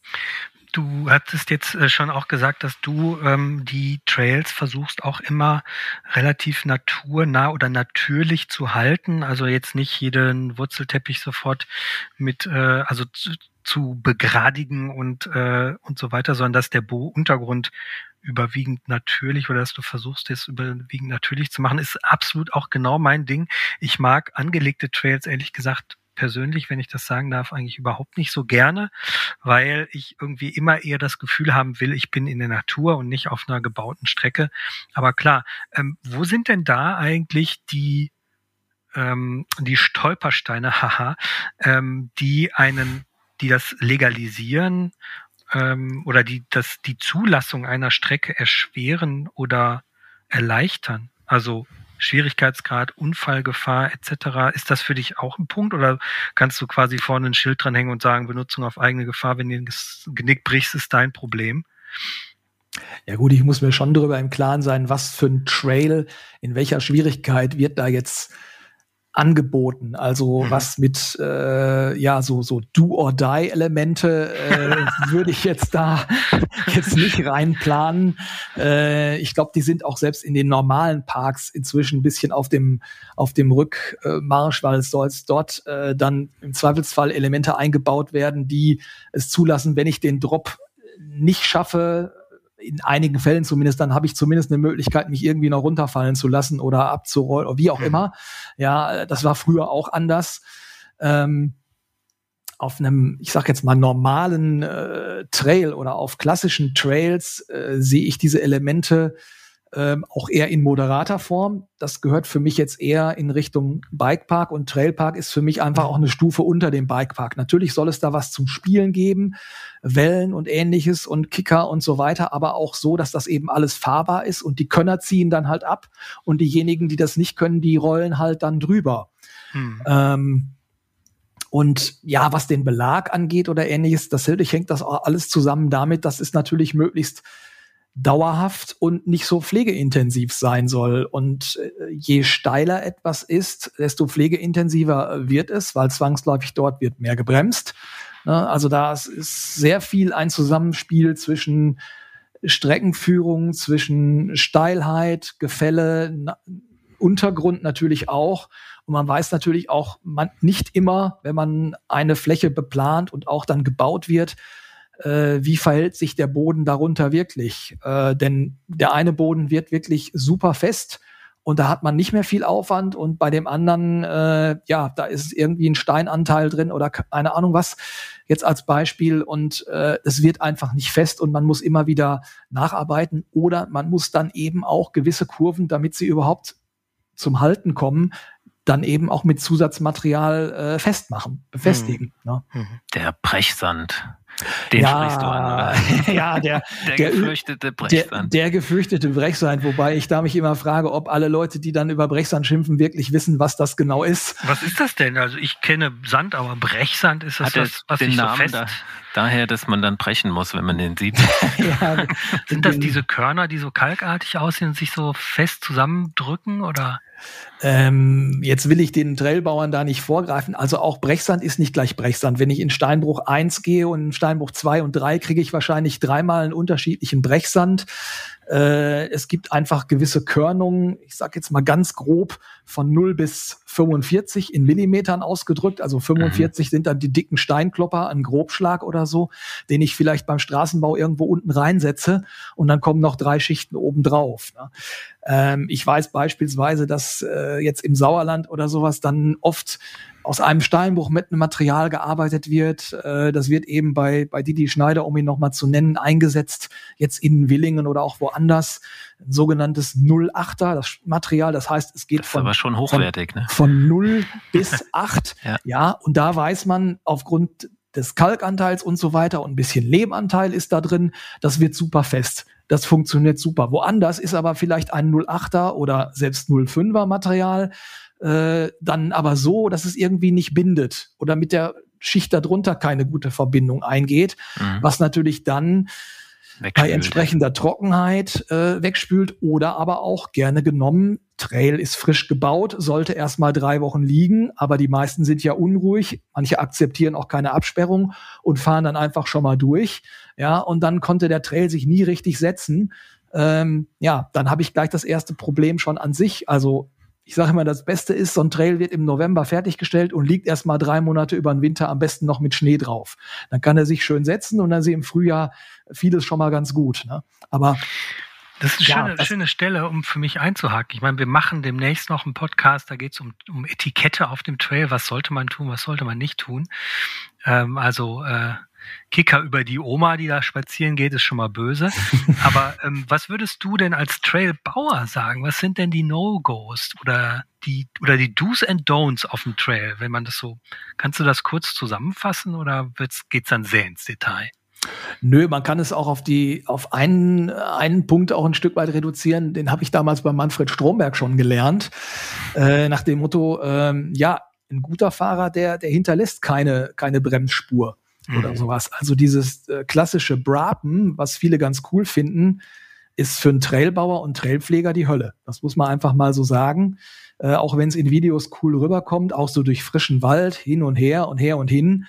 Du hattest jetzt äh, schon auch gesagt, dass du ähm, die Trails versuchst auch immer relativ naturnah oder natürlich zu halten. Also jetzt nicht jeden Wurzelteppich sofort mit, äh, also zu, zu begradigen und äh, und so weiter, sondern dass der Bo- Untergrund überwiegend natürlich oder dass du versuchst, es überwiegend natürlich zu machen, ist absolut auch genau mein Ding. Ich mag angelegte Trails, ehrlich gesagt, persönlich, wenn ich das sagen darf, eigentlich überhaupt nicht so gerne, weil ich irgendwie immer eher das Gefühl haben will, ich bin in der Natur und nicht auf einer gebauten Strecke. Aber klar, ähm, wo sind denn da eigentlich die ähm, die Stolpersteine, haha, ähm, die einen, die das legalisieren ähm, oder die das die Zulassung einer Strecke erschweren oder erleichtern? Also Schwierigkeitsgrad, Unfallgefahr et cetera. Ist das für dich auch ein Punkt oder kannst du quasi vorne ein Schild dranhängen und sagen, Benutzung auf eigene Gefahr, wenn du das Genick brichst, ist dein Problem? Ja gut, ich muss mir schon darüber im Klaren sein, was für ein Trail, in welcher Schwierigkeit wird da jetzt angeboten. Also mhm. was mit äh, ja so so Do-or-Die-Elemente äh, würde ich jetzt da jetzt nicht reinplanen. Äh, ich glaube, die sind auch selbst in den normalen Parks inzwischen ein bisschen auf dem auf dem Rückmarsch, weil es soll dort äh, dann im Zweifelsfall Elemente eingebaut werden, die es zulassen, wenn ich den Drop nicht schaffe, in einigen Fällen zumindest, dann habe ich zumindest eine Möglichkeit, mich irgendwie noch runterfallen zu lassen oder abzurollen oder wie auch immer. Ja, das war früher auch anders. Ähm, auf einem, ich sag jetzt mal, normalen äh, Trail oder auf klassischen Trails äh, sehe ich diese Elemente ähm, auch eher in moderater Form. Das gehört für mich jetzt eher in Richtung Bikepark und Trailpark ist für mich einfach auch eine Stufe unter dem Bikepark. Natürlich soll es da was zum Spielen geben, Wellen und ähnliches und Kicker und so weiter, aber auch so, dass das eben alles fahrbar ist und die Könner ziehen dann halt ab und diejenigen, die das nicht können, die rollen halt dann drüber. Hm. Ähm, und ja, was den Belag angeht oder ähnliches, das hängt das auch alles zusammen damit, dass es natürlich möglichst dauerhaft und nicht so pflegeintensiv sein soll. Und äh, je steiler etwas ist, desto pflegeintensiver wird es, weil zwangsläufig dort wird mehr gebremst. Ne? Also da ist sehr viel ein Zusammenspiel zwischen Streckenführung, zwischen Steilheit, Gefälle, na, Untergrund natürlich auch. Und man weiß natürlich auch man, nicht immer, wenn man eine Fläche beplant und auch dann gebaut wird, wie verhält sich der Boden darunter wirklich? Äh, denn der eine Boden wird wirklich super fest und da hat man nicht mehr viel Aufwand und bei dem anderen, äh, ja, da ist irgendwie ein Steinanteil drin oder keine Ahnung was, jetzt als Beispiel und äh, es wird einfach nicht fest und man muss immer wieder nacharbeiten oder man muss dann eben auch gewisse Kurven, damit sie überhaupt zum Halten kommen, dann eben auch mit Zusatzmaterial äh, festmachen, befestigen. Mhm. Ne? Der Brechsand. Den ja, sprichst du an, oder? Ja, der, der, der gefürchtete Brechsand. Der, der gefürchtete Brechsand, wobei ich da mich immer frage, ob alle Leute, die dann über Brechsand schimpfen, wirklich wissen, was das genau ist. Was ist das denn? Also ich kenne Sand, aber Brechsand ist das, Hat was, was den sich so Namen fest... da, daher, dass man dann brechen muss, wenn man den sieht. Ja, Sind das diese Körner, die so kalkartig aussehen und sich so fest zusammendrücken, oder? Ähm, jetzt will ich den Trailbauern da nicht vorgreifen. Also auch Brechsand ist nicht gleich Brechsand. Wenn ich in Steinbruch eins gehe und in Steinbruch zwei und drei, kriege ich wahrscheinlich dreimal einen unterschiedlichen Brechsand. Äh, es gibt einfach gewisse Körnungen, ich sage jetzt mal ganz grob, von null bis fünfundvierzig in Millimetern ausgedrückt. Also fünfundvierzig mhm. sind dann die dicken Steinklopper, ein Grobschlag oder so, den ich vielleicht beim Straßenbau irgendwo unten reinsetze und dann kommen noch drei Schichten obendrauf. Ne? Ähm, ich weiß beispielsweise, dass äh, jetzt im Sauerland oder sowas dann oft aus einem Steinbruch mit einem Material gearbeitet wird. Äh, das wird eben bei bei Didi Schneider, um ihn nochmal zu nennen, eingesetzt, jetzt in Willingen oder auch woanders. Ein sogenanntes null Komma achter, das Material, das heißt, es geht das ist von, aber schon hochwertig, von, ne? von null bis acht. Ja. Ja, und da weiß man aufgrund des Kalkanteils und so weiter und ein bisschen Lehmanteil ist da drin, das wird super fest. Das funktioniert super. Woanders ist aber vielleicht ein null Komma achter oder selbst null Komma fünfer Material äh, dann aber so, dass es irgendwie nicht bindet oder mit der Schicht darunter keine gute Verbindung eingeht, mhm. was natürlich dann wegspült. Bei entsprechender Trockenheit äh, wegspült oder aber auch gerne genommen. Trail ist frisch gebaut, sollte erst mal drei Wochen liegen, aber die meisten sind ja unruhig. Manche akzeptieren auch keine Absperrung und fahren dann einfach schon mal durch. Ja, und dann konnte der Trail sich nie richtig setzen. Ähm, ja, dann habe ich gleich das erste Problem schon an sich. Also ich sage immer, das Beste ist, so ein Trail wird im November fertiggestellt und liegt erst mal drei Monate über den Winter, am besten noch mit Schnee drauf. Dann kann er sich schön setzen und dann ist im Frühjahr vieles schon mal ganz gut. Ne? Aber das ist eine ja, schöne, das schöne Stelle, um für mich einzuhaken. Ich meine, wir machen demnächst noch einen Podcast, da geht es um, um Etikette auf dem Trail. Was sollte man tun, was sollte man nicht tun? Ähm, also äh, Kicker über die Oma, die da spazieren geht, ist schon mal böse. Aber ähm, was würdest du denn als Trailbauer sagen? Was sind denn die No-Gos oder die oder die Do's and Don'ts auf dem Trail? Wenn man das so, kannst du das kurz zusammenfassen oder geht es dann sehr ins Detail? Nö, man kann es auch auf die auf einen einen Punkt auch ein Stück weit reduzieren. Den habe ich damals bei Manfred Stromberg schon gelernt. Äh, nach dem Motto, ähm, ja, ein guter Fahrer, der der hinterlässt keine keine Bremsspur oder mhm. sowas. Also dieses äh, klassische Brapen, was viele ganz cool finden, ist für einen Trailbauer und Trailpfleger die Hölle. Das muss man einfach mal so sagen. Äh, auch wenn es in Videos cool rüberkommt, auch so durch frischen Wald hin und her und her und hin.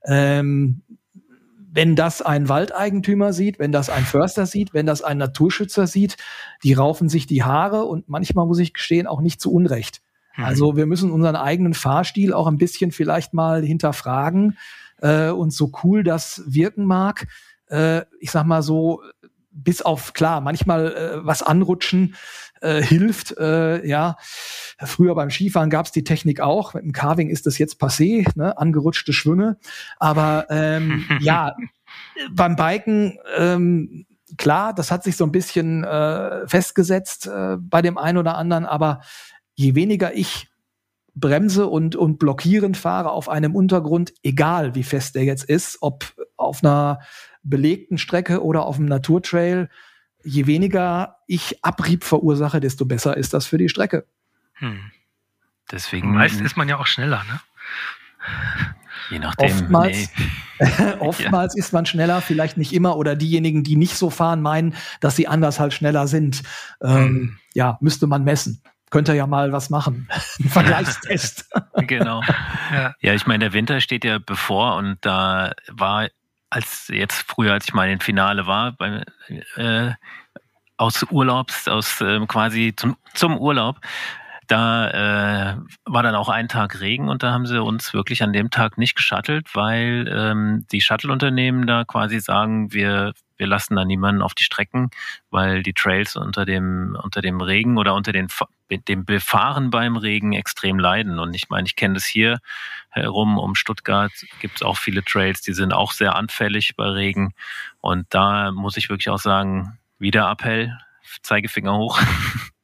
Ähm, Wenn das ein Waldeigentümer sieht, wenn das ein Förster sieht, wenn das ein Naturschützer sieht, die raufen sich die Haare und manchmal, muss ich gestehen, auch nicht zu Unrecht. Mhm. Also wir müssen unseren eigenen Fahrstil auch ein bisschen vielleicht mal hinterfragen äh, und so cool das wirken mag, äh, ich sag mal so, bis auf, klar, manchmal äh, was anrutschen äh, hilft, äh, ja. Früher beim Skifahren gab's die Technik auch. Mit dem Carving ist das jetzt passé, ne? Angerutschte Schwünge. Aber ähm, ja, beim Biken, ähm, klar, das hat sich so ein bisschen äh, festgesetzt äh, bei dem einen oder anderen. Aber je weniger ich bremse und, und blockierend fahre auf einem Untergrund, egal wie fest der jetzt ist, ob auf einer belegten Strecke oder auf dem Naturtrail, je weniger ich Abrieb verursache, desto besser ist das für die Strecke. Hm. Deswegen meist ist man ja auch schneller, ne? Je nachdem. Oftmals, nee. oftmals ja. ist man schneller, vielleicht nicht immer. Oder diejenigen, die nicht so fahren, meinen, dass sie anders halt schneller sind. Ähm, hm. Ja, müsste man messen. Könnt ihr ja mal was machen. Ein Vergleichstest. Genau. Ja. ja, ich meine, der Winter steht ja bevor und da war, als jetzt früher, als ich mal im Finale war, bei, äh, aus Urlaubs, aus äh, quasi zum, zum Urlaub, da äh, war dann auch ein Tag Regen und da haben sie uns wirklich an dem Tag nicht geschuttelt, weil ähm, die Shuttle-Unternehmen da quasi sagen, wir wir lassen da niemanden auf die Strecken, weil die Trails unter dem unter dem Regen oder unter den dem Befahren beim Regen extrem leiden. Und ich meine, ich kenne das hier herum um Stuttgart, gibt es auch viele Trails, die sind auch sehr anfällig bei Regen. Und da muss ich wirklich auch sagen, wieder Appell, Zeigefinger hoch.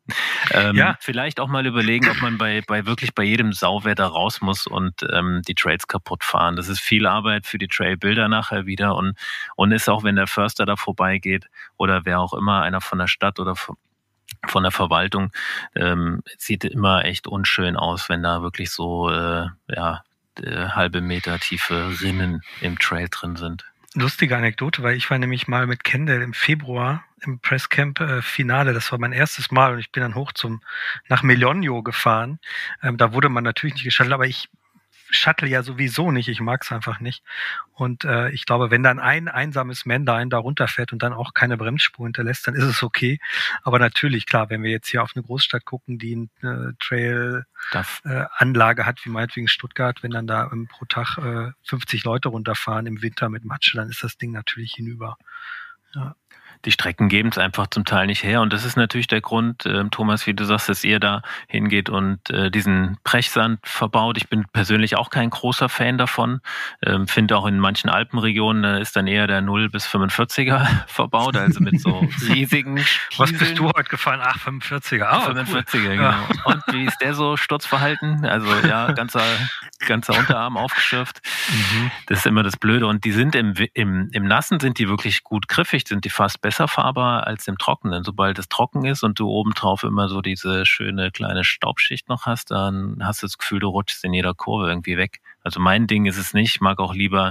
Ähm, Ja. Vielleicht auch mal überlegen, ob man bei, bei wirklich bei jedem Sauwetter raus muss und ähm, die Trails kaputt fahren. Das ist viel Arbeit für die Trailbilder nachher wieder und, und ist auch, wenn der Förster da vorbeigeht oder wer auch immer, einer von der Stadt oder von, von der Verwaltung, ähm, sieht immer echt unschön aus, wenn da wirklich so äh, ja, äh, halbe Meter tiefe Rinnen im Trail drin sind. Lustige Anekdote, weil ich war nämlich mal mit Kendall im Februar im Presscamp äh, Finale. Das war mein erstes Mal und ich bin dann hoch zum nach Melonio gefahren. Ähm, da wurde man natürlich nicht geschattelt, aber ich shuttle ja sowieso nicht. Ich mag es einfach nicht. Und äh, ich glaube, wenn dann ein einsames Männlein da runterfährt und dann auch keine Bremsspur hinterlässt, dann ist es okay. Aber natürlich, klar, wenn wir jetzt hier auf eine Großstadt gucken, die eine Trail-Anlage äh, hat, wie meinetwegen Stuttgart, wenn dann da ähm, pro Tag äh, fünfzig Leute runterfahren im Winter mit Matsche, dann ist das Ding natürlich hinüber. Ja. Die Strecken geben es einfach zum Teil nicht her. Und das ist natürlich der Grund, äh, Thomas, wie du sagst, dass ihr da hingeht und äh, diesen Brechsand verbaut. Ich bin persönlich auch kein großer Fan davon. Ähm, finde auch in manchen Alpenregionen äh, ist dann eher der null bis fünfundvierziger verbaut, also mit so riesigen Kieseln. Was bist du heute gefahren? Ach, fünfundvierziger. Oh, fünfundvierziger, cool. genau. Ja. Und wie ist der so Sturzverhalten? Also ja, ganzer, ganzer Unterarm aufgeschürft. Mhm. Das ist immer das Blöde. Und die sind im, im, im Nassen sind die wirklich gut griffig, sind die fast besser fahrbar als im Trockenen. Sobald es trocken ist und du obendrauf immer so diese schöne kleine Staubschicht noch hast, dann hast du das Gefühl, du rutschst in jeder Kurve irgendwie weg. Also mein Ding ist es nicht. Ich mag auch lieber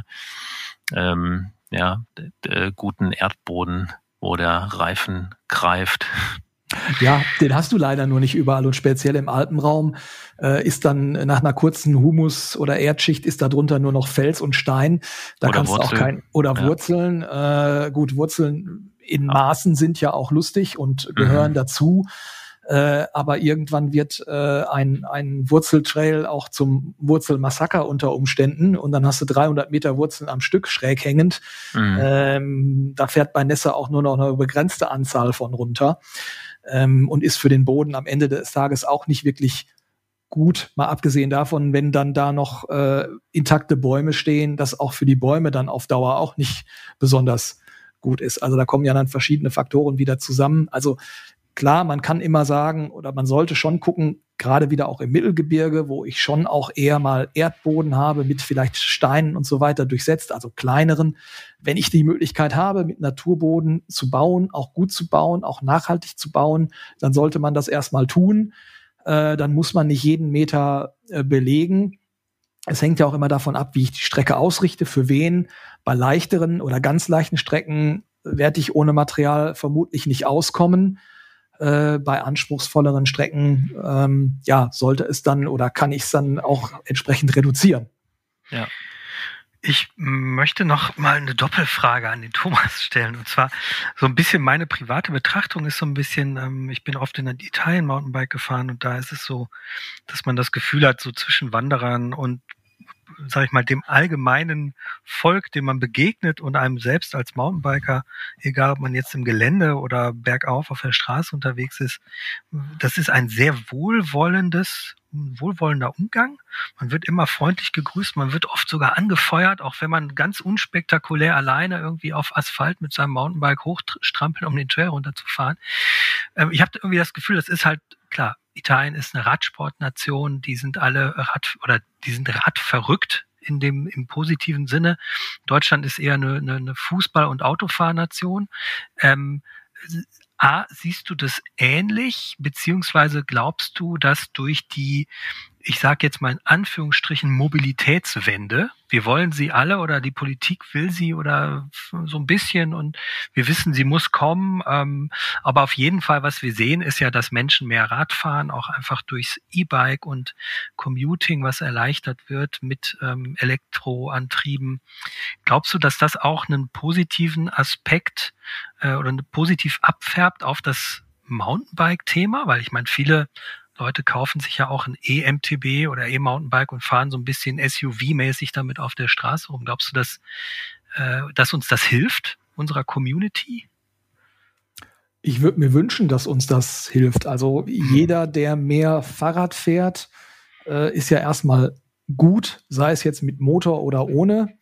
ähm, ja, d- d- guten Erdboden, wo der Reifen greift. Ja, den hast du leider nur nicht überall und speziell im Alpenraum äh, ist dann nach einer kurzen Humus- oder Erdschicht ist da drunter nur noch Fels und Stein. Da Oder kannst du auch Wurzeln. kein oder Ja. Wurzeln. Äh, gut, Wurzeln in Maßen sind ja auch lustig und gehören Mhm. dazu. Äh, aber irgendwann wird äh, ein, ein Wurzeltrail auch zum Wurzelmassaker unter Umständen und dann hast du dreihundert Meter Wurzeln am Stück schräg hängend. Mhm. Ähm, da fährt bei Nässe auch nur noch eine begrenzte Anzahl von runter ähm, und ist für den Boden am Ende des Tages auch nicht wirklich gut, mal abgesehen davon, wenn dann da noch äh, intakte Bäume stehen, dass auch für die Bäume dann auf Dauer auch nicht besonders gut ist. Also da kommen ja dann verschiedene Faktoren wieder zusammen. Also klar, man kann immer sagen, oder man sollte schon gucken, gerade wieder auch im Mittelgebirge, wo ich schon auch eher mal Erdboden habe, mit vielleicht Steinen und so weiter durchsetzt, also kleineren. Wenn ich die Möglichkeit habe, mit Naturboden zu bauen, auch gut zu bauen, auch nachhaltig zu bauen, dann sollte man das erstmal tun. Äh, dann muss man nicht jeden Meter äh, belegen. Es hängt ja auch immer davon ab, wie ich die Strecke ausrichte, für wen. Bei leichteren oder ganz leichten Strecken werde ich ohne Material vermutlich nicht auskommen. Äh, bei anspruchsvolleren Strecken, ähm, ja, sollte es dann oder kann ich es dann auch entsprechend reduzieren. Ja. Ich möchte noch mal eine Doppelfrage an den Thomas stellen. Und zwar so ein bisschen meine private Betrachtung ist so ein bisschen, ähm, ich bin oft in Italien Mountainbike gefahren und da ist es so, dass man das Gefühl hat, so zwischen Wanderern und, sag ich mal, dem allgemeinen Volk, dem man begegnet und einem selbst als Mountainbiker, egal ob man jetzt im Gelände oder bergauf auf der Straße unterwegs ist, das ist ein sehr wohlwollendes, wohlwollender Umgang. Man wird immer freundlich gegrüßt, man wird oft sogar angefeuert, auch wenn man ganz unspektakulär alleine irgendwie auf Asphalt mit seinem Mountainbike hochstrampelt, um den Trail runterzufahren. Ähm, ich habe irgendwie das Gefühl, das ist halt, klar, Italien ist eine Radsportnation, die sind alle Rad oder die sind radverrückt in dem im positiven Sinne. Deutschland ist eher eine, eine, eine Fußball- und Autofahrnation. Ähm, A, siehst du das ähnlich, beziehungsweise glaubst du, dass durch die, ich sage jetzt mal in Anführungsstrichen, Mobilitätswende, wir wollen sie alle oder die Politik will sie oder so ein bisschen und wir wissen, sie muss kommen, ähm, aber auf jeden Fall, was wir sehen, ist ja, dass Menschen mehr Rad fahren, auch einfach durchs E-Bike und Commuting, was erleichtert wird mit ähm, Elektroantrieben. Glaubst du, dass das auch einen positiven Aspekt äh, oder positiv abfärbt auf das Mountainbike-Thema? Weil ich meine, viele Leute kaufen sich ja auch ein E-M T B oder E-Mountainbike und fahren so ein bisschen S U V-mäßig damit auf der Straße rum. Glaubst du, dass, äh, dass uns das hilft, unserer Community? Ich würde mir wünschen, dass uns das hilft. Also jeder, der mehr Fahrrad fährt, äh, ist ja erstmal gut, sei es jetzt mit Motor oder ohne.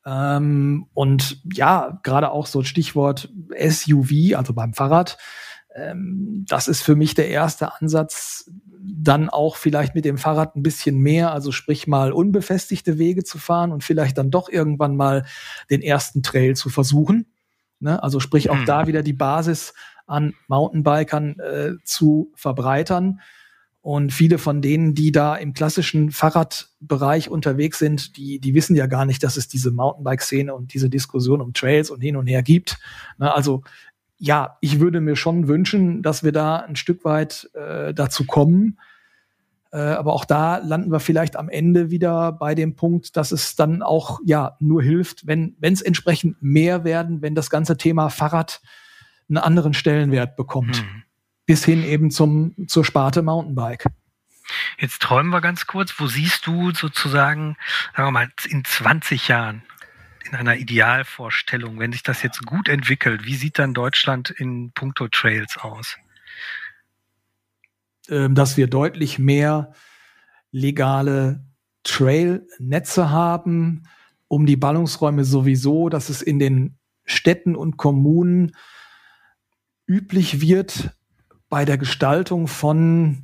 Ähm, und ja, gerade auch so Stichwort S U V, also beim Fahrrad, Ähm, das ist für mich der erste Ansatz, dann auch vielleicht mit dem Fahrrad ein bisschen mehr, also sprich mal unbefestigte Wege zu fahren und vielleicht dann doch irgendwann mal den ersten Trail zu versuchen. Ne? Also sprich auch mhm. da wieder die Basis an Mountainbikern äh, zu verbreitern. Und viele von denen, die da im klassischen Fahrradbereich unterwegs sind, die, die wissen ja gar nicht, dass es diese Mountainbike-Szene und diese Diskussion um Trails und hin und her gibt. Ne? Also ja, ich würde mir schon wünschen, dass wir da ein Stück weit äh, dazu kommen. Äh, aber auch da landen wir vielleicht am Ende wieder bei dem Punkt, dass es dann auch ja nur hilft, wenn wenn es entsprechend mehr werden, wenn das ganze Thema Fahrrad einen anderen Stellenwert bekommt. Hm. Bis hin eben zum zur Sparte Mountainbike. Jetzt träumen wir ganz kurz. Wo siehst du sozusagen, sagen wir mal, in zwanzig Jahren, in einer Idealvorstellung, wenn sich das jetzt gut entwickelt, wie sieht dann Deutschland in puncto Trails aus? Dass wir deutlich mehr legale Trailnetze haben, um die Ballungsräume sowieso, dass es in den Städten und Kommunen üblich wird, bei der Gestaltung von,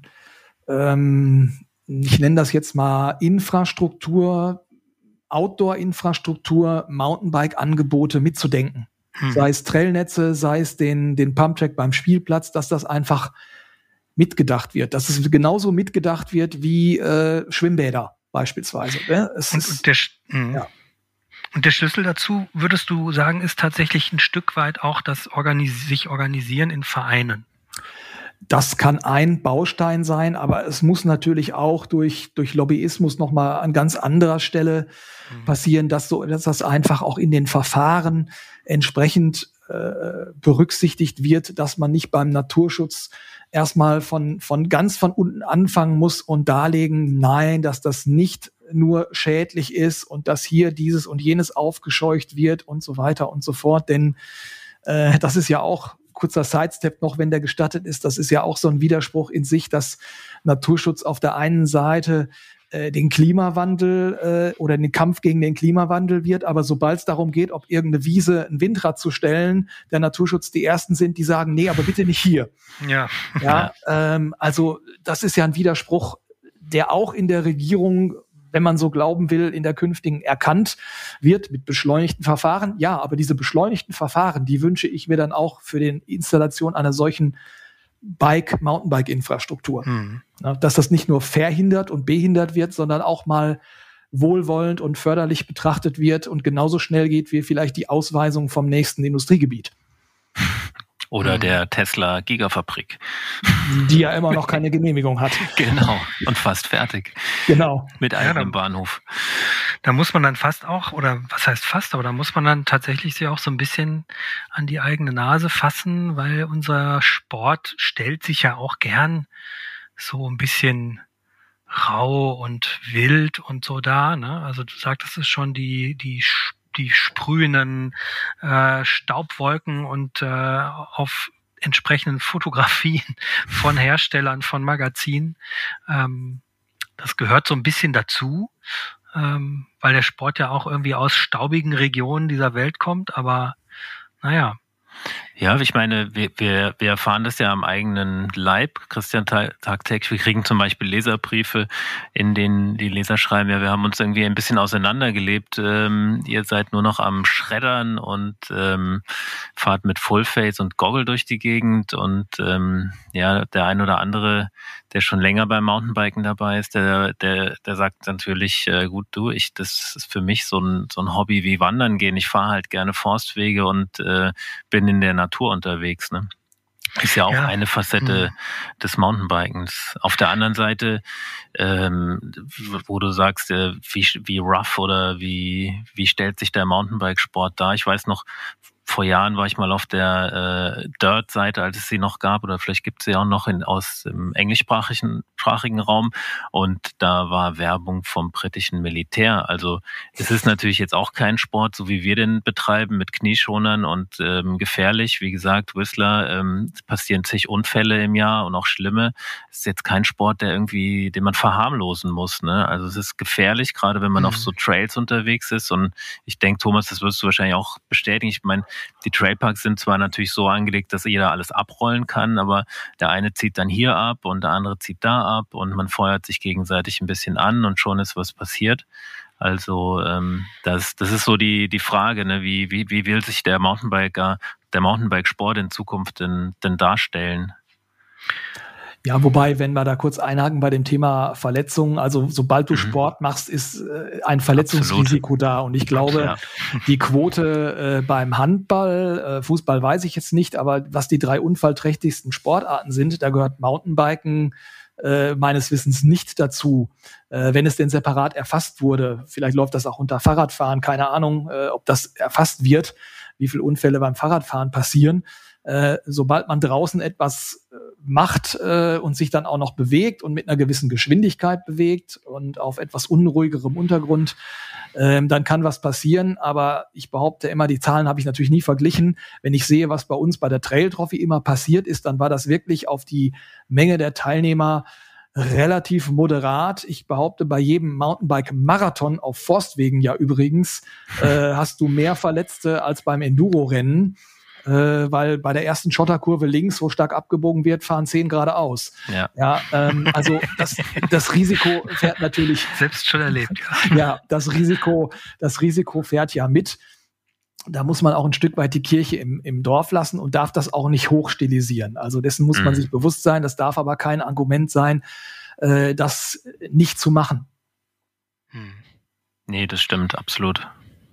ähm, ich nenne das jetzt mal Infrastruktur, Outdoor-Infrastruktur, Mountainbike-Angebote mitzudenken. Hm. Sei es Trailnetze, sei es den, den Pumptrack beim Spielplatz, dass das einfach mitgedacht wird. Dass es genauso mitgedacht wird wie äh, Schwimmbäder beispielsweise. Ne? Es und, ist, und, der, ja. und der Schlüssel dazu, würdest du sagen, ist tatsächlich ein Stück weit auch das Organis- sich organisieren in Vereinen? Das kann ein Baustein sein, aber es muss natürlich auch durch, durch Lobbyismus nochmal an ganz anderer Stelle mhm. passieren, dass, so, dass das einfach auch in den Verfahren entsprechend äh, berücksichtigt wird, dass man nicht beim Naturschutz erstmal von, von ganz von unten anfangen muss und darlegen, nein, dass das nicht nur schädlich ist und dass hier dieses und jenes aufgescheucht wird und so weiter und so fort. Denn äh, das ist ja auch kurzer Sidestep noch, wenn der gestattet ist, das ist ja auch so ein Widerspruch in sich, dass Naturschutz auf der einen Seite äh, den Klimawandel äh, oder den Kampf gegen den Klimawandel wird, aber sobald es darum geht, ob irgendeine Wiese ein Windrad zu stellen, der Naturschutz die Ersten sind, die sagen, nee, aber bitte nicht hier. Ja. Ja, ähm, also das ist ja ein Widerspruch, der auch in der Regierung, wenn man so glauben will, in der künftigen erkannt wird mit beschleunigten Verfahren. Ja, aber diese beschleunigten Verfahren, die wünsche ich mir dann auch für die Installation einer solchen Bike, Mountainbike-Infrastruktur. Mhm. Ja, dass das nicht nur verhindert und behindert wird, sondern auch mal wohlwollend und förderlich betrachtet wird und genauso schnell geht wie vielleicht die Ausweisung vom nächsten Industriegebiet. Oder der Tesla Gigafabrik. Die ja immer noch keine Genehmigung hat. Genau, und fast fertig. Genau. Mit eigenem ja, Bahnhof. Da muss man dann fast auch, oder was heißt fast, aber da muss man dann tatsächlich sich auch so ein bisschen an die eigene Nase fassen, weil unser Sport stellt sich ja auch gern so ein bisschen rau und wild und so dar. Ne? Also du sagtest es schon, die, die die sprühenden äh, Staubwolken und äh, auf entsprechenden Fotografien von Herstellern, von Magazinen. Ähm, das gehört so ein bisschen dazu, ähm, weil der Sport ja auch irgendwie aus staubigen Regionen dieser Welt kommt. Aber naja. Ja, ich meine, wir, wir, wir erfahren das ja am eigenen Leib, Christian, tagtäglich. Wir kriegen zum Beispiel Leserbriefe, in denen die Leser schreiben, ja, wir haben uns irgendwie ein bisschen auseinandergelebt. Ähm, ihr seid nur noch am Schreddern und ähm, fahrt mit Fullface und Goggle durch die Gegend. Und ähm, ja, der ein oder andere, der schon länger beim Mountainbiken dabei ist, der, der, der sagt natürlich, äh, gut, du, ich, das ist für mich so ein, so ein Hobby wie Wandern gehen. Ich fahre halt gerne Forstwege und äh, bin in der Natur unterwegs, ne? Ist ja auch ja. eine Facette hm. des Mountainbikens. Auf der anderen Seite, ähm, wo du sagst, äh, wie, wie rough oder wie, wie stellt sich der Mountainbikesport dar? Ich weiß noch, vor Jahren war ich mal auf der äh, Dirt-Seite, als es sie noch gab, oder vielleicht gibt es sie auch noch in, aus dem englischsprachigen sprachigen Raum, und da war Werbung vom britischen Militär. Also es ist natürlich jetzt auch kein Sport, so wie wir den betreiben, mit Knieschonern und ähm, gefährlich. Wie gesagt, Whistler, ähm, es passieren zig Unfälle im Jahr und auch schlimme. Es ist jetzt kein Sport, der irgendwie, den man verharmlosen muss, ne? Also es ist gefährlich, gerade wenn man mhm. auf so Trails unterwegs ist, und ich denke, Thomas, das wirst du wahrscheinlich auch bestätigen. Ich meine, die Trailparks sind zwar natürlich so angelegt, dass jeder alles abrollen kann, aber der eine zieht dann hier ab und der andere zieht da ab und man feuert sich gegenseitig ein bisschen an und schon ist was passiert. Also ähm, das, das ist so die, die Frage, ne? wie, wie, wie will sich der Mountainbiker, der Mountainbike-Sport in Zukunft denn, denn darstellen? Ja, wobei, wenn wir da kurz einhaken bei dem Thema Verletzungen, also sobald du Mhm. Sport machst, ist äh, ein Verletzungsrisiko da. Und ich glaube, Ja. die Quote äh, beim Handball, äh, Fußball weiß ich jetzt nicht, aber was die drei unfallträchtigsten Sportarten sind, da gehört Mountainbiken äh, meines Wissens nicht dazu. Äh, wenn es denn separat erfasst wurde, vielleicht läuft das auch unter Fahrradfahren, keine Ahnung, äh, ob das erfasst wird, wie viele Unfälle beim Fahrradfahren passieren. Äh, sobald man draußen etwas äh, macht äh, und sich dann auch noch bewegt und mit einer gewissen Geschwindigkeit bewegt und auf etwas unruhigerem Untergrund, äh, dann kann was passieren. Aber ich behaupte immer, die Zahlen habe ich natürlich nie verglichen. Wenn ich sehe, was bei uns bei der Trail Trophy immer passiert ist, dann war das wirklich auf die Menge der Teilnehmer relativ moderat. Ich behaupte, bei jedem Mountainbike-Marathon auf Forstwegen ja übrigens äh, hast du mehr Verletzte als beim Enduro-Rennen. Äh, weil bei der ersten Schotterkurve links, wo stark abgebogen wird, fahren zehn geradeaus. Ja. Ja, ähm, also das, das Risiko fährt natürlich. Selbst schon erlebt, ja. Ja, das Risiko, das Risiko fährt ja mit. Da muss man auch ein Stück weit die Kirche im, im Dorf lassen und darf das auch nicht hochstilisieren. Also dessen muss man Mhm. sich bewusst sein. Das darf aber kein Argument sein, äh, das nicht zu machen. Hm. Nee, das stimmt, absolut.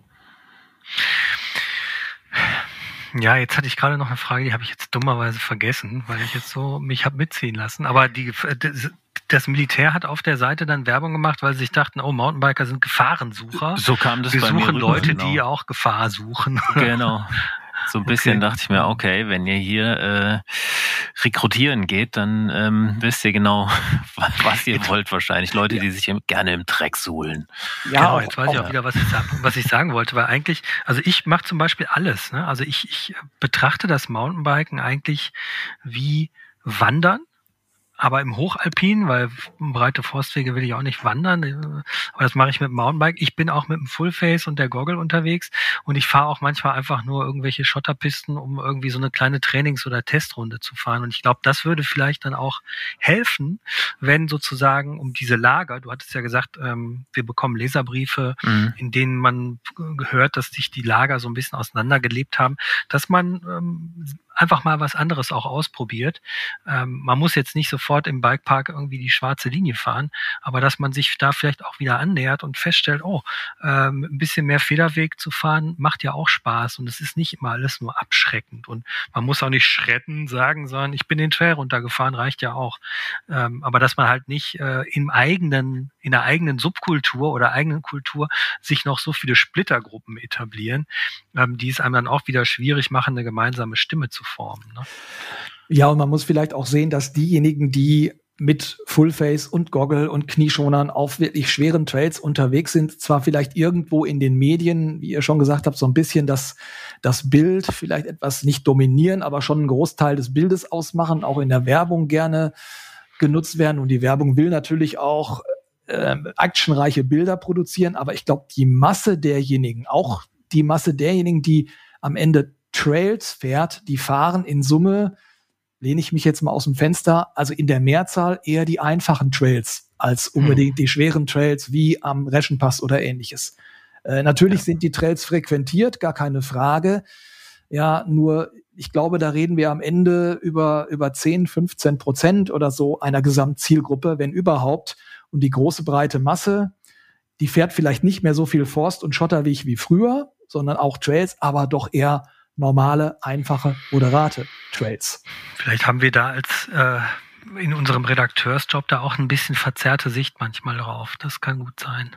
Ja, jetzt hatte ich gerade noch eine Frage, die habe ich jetzt dummerweise vergessen, weil ich jetzt so mich habe mitziehen lassen. Aber die, das, das Militär hat auf der Seite dann Werbung gemacht, weil sie sich dachten, oh, Mountainbiker sind Gefahrensucher. So kam das Wir bei mir suchen rüber, Leute, genau. die auch Gefahr suchen. Genau. So ein bisschen Okay. dachte ich mir, okay, wenn ihr hier äh, rekrutieren geht, dann ähm, wisst ihr genau, was ihr wollt wahrscheinlich. Leute, die sich gerne im Dreck suhlen. Ja, Genau, auch, jetzt weiß ich auch, auch wieder, was ich, sagen, was ich sagen wollte, weil eigentlich, also ich mache zum Beispiel alles. Ne? Also ich, ich betrachte das Mountainbiken eigentlich wie Wandern, aber im Hochalpin, weil breite Forstwege will ich auch nicht wandern, aber das mache ich mit dem Mountainbike. Ich bin auch mit dem Fullface und der Goggle unterwegs und ich fahre auch manchmal einfach nur irgendwelche Schotterpisten, um irgendwie so eine kleine Trainings- oder Testrunde zu fahren. Und ich glaube, das würde vielleicht dann auch helfen, wenn sozusagen um diese Lager, du hattest ja gesagt, ähm, wir bekommen Leserbriefe, Mhm. in denen man gehört, dass sich die Lager so ein bisschen auseinandergelebt haben, dass man ähm, einfach mal was anderes auch ausprobiert. Ähm, man muss jetzt nicht sofort im Bikepark irgendwie die schwarze Linie fahren, aber dass man sich da vielleicht auch wieder annähert und feststellt, oh, ähm, ein bisschen mehr Federweg zu fahren macht ja auch Spaß und es ist nicht immer alles nur abschreckend und man muss auch nicht schretten sagen, sondern ich bin den Trail runtergefahren, reicht ja auch. Ähm, aber dass man halt nicht äh, im eigenen, in der eigenen Subkultur oder eigenen Kultur sich noch so viele Splittergruppen etablieren, ähm, die es einem dann auch wieder schwierig machen, eine gemeinsame Stimme zu formen. Ne? Ja, und man muss vielleicht auch sehen, dass diejenigen, die mit Fullface und Goggle und Knieschonern auf wirklich schweren Trails unterwegs sind, zwar vielleicht irgendwo in den Medien, wie ihr schon gesagt habt, so ein bisschen das, das Bild vielleicht etwas nicht dominieren, aber schon einen Großteil des Bildes ausmachen, auch in der Werbung gerne genutzt werden. Und die Werbung will natürlich auch äh, actionreiche Bilder produzieren, aber ich glaube, die Masse derjenigen, auch die Masse derjenigen, die am Ende Trails fährt, die fahren in Summe, lehne ich mich jetzt mal aus dem Fenster, also in der Mehrzahl eher die einfachen Trails als unbedingt die schweren Trails wie am Reschenpass oder ähnliches. Äh, natürlich Ja. sind die Trails frequentiert, gar keine Frage. Ja, nur ich glaube, da reden wir am Ende über, über zehn, fünfzehn Prozent oder so einer Gesamtzielgruppe, wenn überhaupt. Und die große breite Masse, die fährt vielleicht nicht mehr so viel Forst- und Schotterweg wie früher, sondern auch Trails, aber doch eher normale, einfache, moderate Trails. Vielleicht haben wir da als äh, in unserem Redakteursjob da auch ein bisschen verzerrte Sicht manchmal drauf. Das kann gut sein.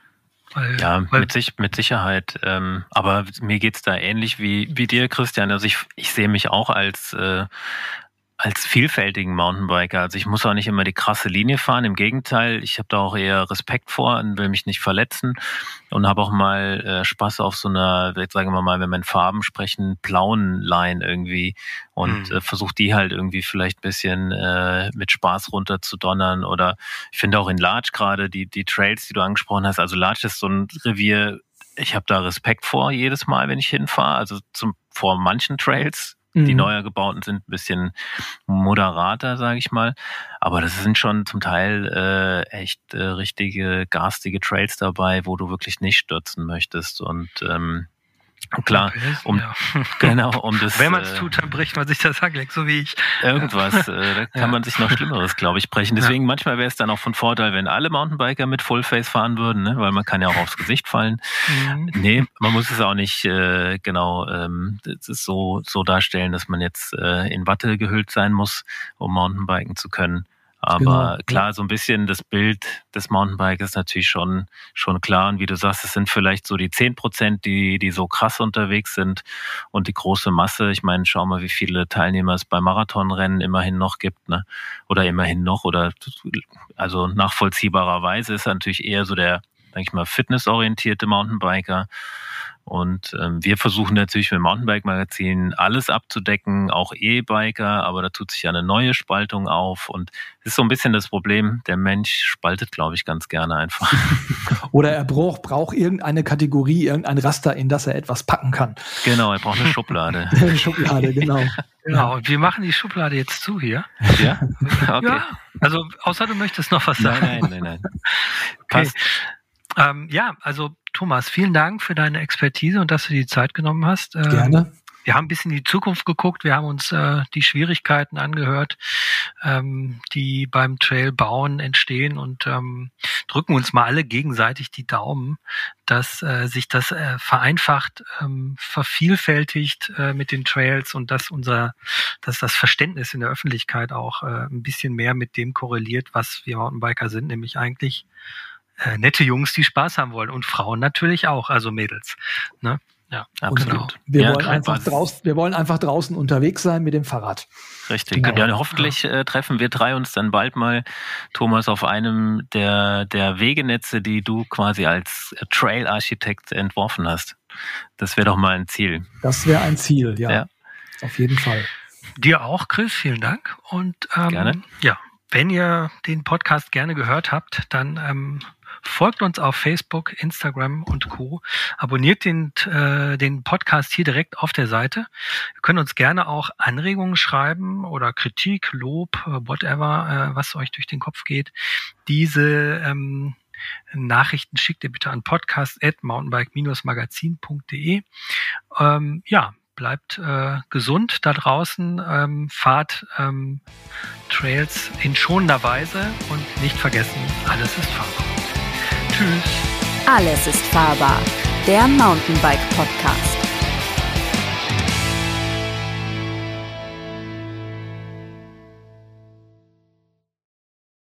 Weil, Ja, weil, mit, sich, mit Sicherheit. Ähm, aber mir geht's da ähnlich wie, wie dir, Christian. Also ich, ich sehe mich auch als, äh, als vielfältigen Mountainbiker. Also ich muss auch nicht immer die krasse Linie fahren. Im Gegenteil, ich habe da auch eher Respekt vor und will mich nicht verletzen und habe auch mal äh, Spaß auf so einer, jetzt sagen wir mal, wenn wir in Farben sprechen, blauen Line irgendwie und Mhm. äh, versuche die halt irgendwie vielleicht ein bisschen äh, mit Spaß runter zu donnern. Oder ich finde auch in Larch gerade die, die Trails, die du angesprochen hast, also Larch ist so ein Revier, ich habe da Respekt vor jedes Mal, wenn ich hinfahre. Also zum, vor manchen Trails, die mhm. neuer gebauten sind, ein bisschen moderater, sage ich mal. Aber das sind schon zum Teil äh, echt äh, richtige, garstige Trails dabei, wo du wirklich nicht stürzen möchtest. Und ähm, klar, um, ja. genau, um das. Wenn man es tut, dann bricht man sich das Hackleck, so wie ich. Irgendwas, äh, da kann ja. man sich noch Schlimmeres, glaube ich, brechen. Deswegen ja. manchmal wäre es dann auch von Vorteil, wenn alle Mountainbiker mit Fullface fahren würden, ne? Weil man kann ja auch aufs Gesicht fallen. Mhm. Nee, man muss es auch nicht äh, genau ähm, das ist so, so darstellen, dass man jetzt äh, in Watte gehüllt sein muss, um Mountainbiken zu können. Aber genau, klar, ja. so ein bisschen das Bild des Mountainbikes ist natürlich schon, schon klar. Und wie du sagst, es sind vielleicht so die zehn Prozent, die, die so krass unterwegs sind. Und die große Masse, ich meine, schau mal, wie viele Teilnehmer es bei Marathonrennen immerhin noch gibt, ne? Oder immerhin noch, oder, also nachvollziehbarerweise ist er natürlich eher so der, sag ich mal, fitnessorientierte Mountainbiker. Und ähm, wir versuchen natürlich mit dem Mountainbike-Magazin alles abzudecken, auch E-Biker, aber da tut sich ja eine neue Spaltung auf. Und es ist so ein bisschen das Problem, der Mensch spaltet, glaube ich, ganz gerne einfach. Oder er braucht, braucht irgendeine Kategorie, irgendein Raster, in das er etwas packen kann. Genau, er braucht eine Schublade. Eine Schublade, genau. Genau, und wir machen die Schublade jetzt zu hier. Ja? Okay. Ja, also außer du möchtest noch was sagen. Nein, nein, nein, nein. Okay. Passt. Ähm, ja, also Thomas, vielen Dank für deine Expertise und dass du die Zeit genommen hast. Ähm, Gerne. Wir haben ein bisschen in die Zukunft geguckt, wir haben uns äh, die Schwierigkeiten angehört, ähm, die beim Trailbauen entstehen und ähm, drücken uns mal alle gegenseitig die Daumen, dass äh, sich das äh, vereinfacht, ähm, vervielfältigt äh, mit den Trails und dass unser, dass das Verständnis in der Öffentlichkeit auch äh, ein bisschen mehr mit dem korreliert, was wir Mountainbiker sind, nämlich eigentlich Äh, nette Jungs, die Spaß haben wollen und Frauen natürlich auch, also Mädels. Ne? Ja, absolut. Wir, ja, wollen einfach draußen, wir wollen einfach draußen unterwegs sein mit dem Fahrrad. Richtig. Genau. Ja, hoffentlich äh, treffen wir drei uns dann bald mal, Thomas, auf einem der, der Wegenetze, die du quasi als Trail-Architekt entworfen hast. Das wäre doch mal ein Ziel. Das wäre ein Ziel, ja. ja. Auf jeden Fall. Dir auch, Chris, vielen Dank. Und ähm, gerne. Ja, wenn ihr den Podcast gerne gehört habt, dann ähm, folgt uns auf Facebook, Instagram und Co. Abonniert den, äh, den Podcast hier direkt auf der Seite. Ihr könnt uns gerne auch Anregungen schreiben oder Kritik, Lob, whatever, äh, was euch durch den Kopf geht. Diese ähm, Nachrichten schickt ihr bitte an podcast at mountainbike dash magazin punkt de. Ähm, ja, bleibt äh, gesund da draußen, ähm, fahrt ähm, Trails in schonender Weise und nicht vergessen, alles ist fahrbar. Tschüss. Alles ist fahrbar. Der Mountainbike Podcast.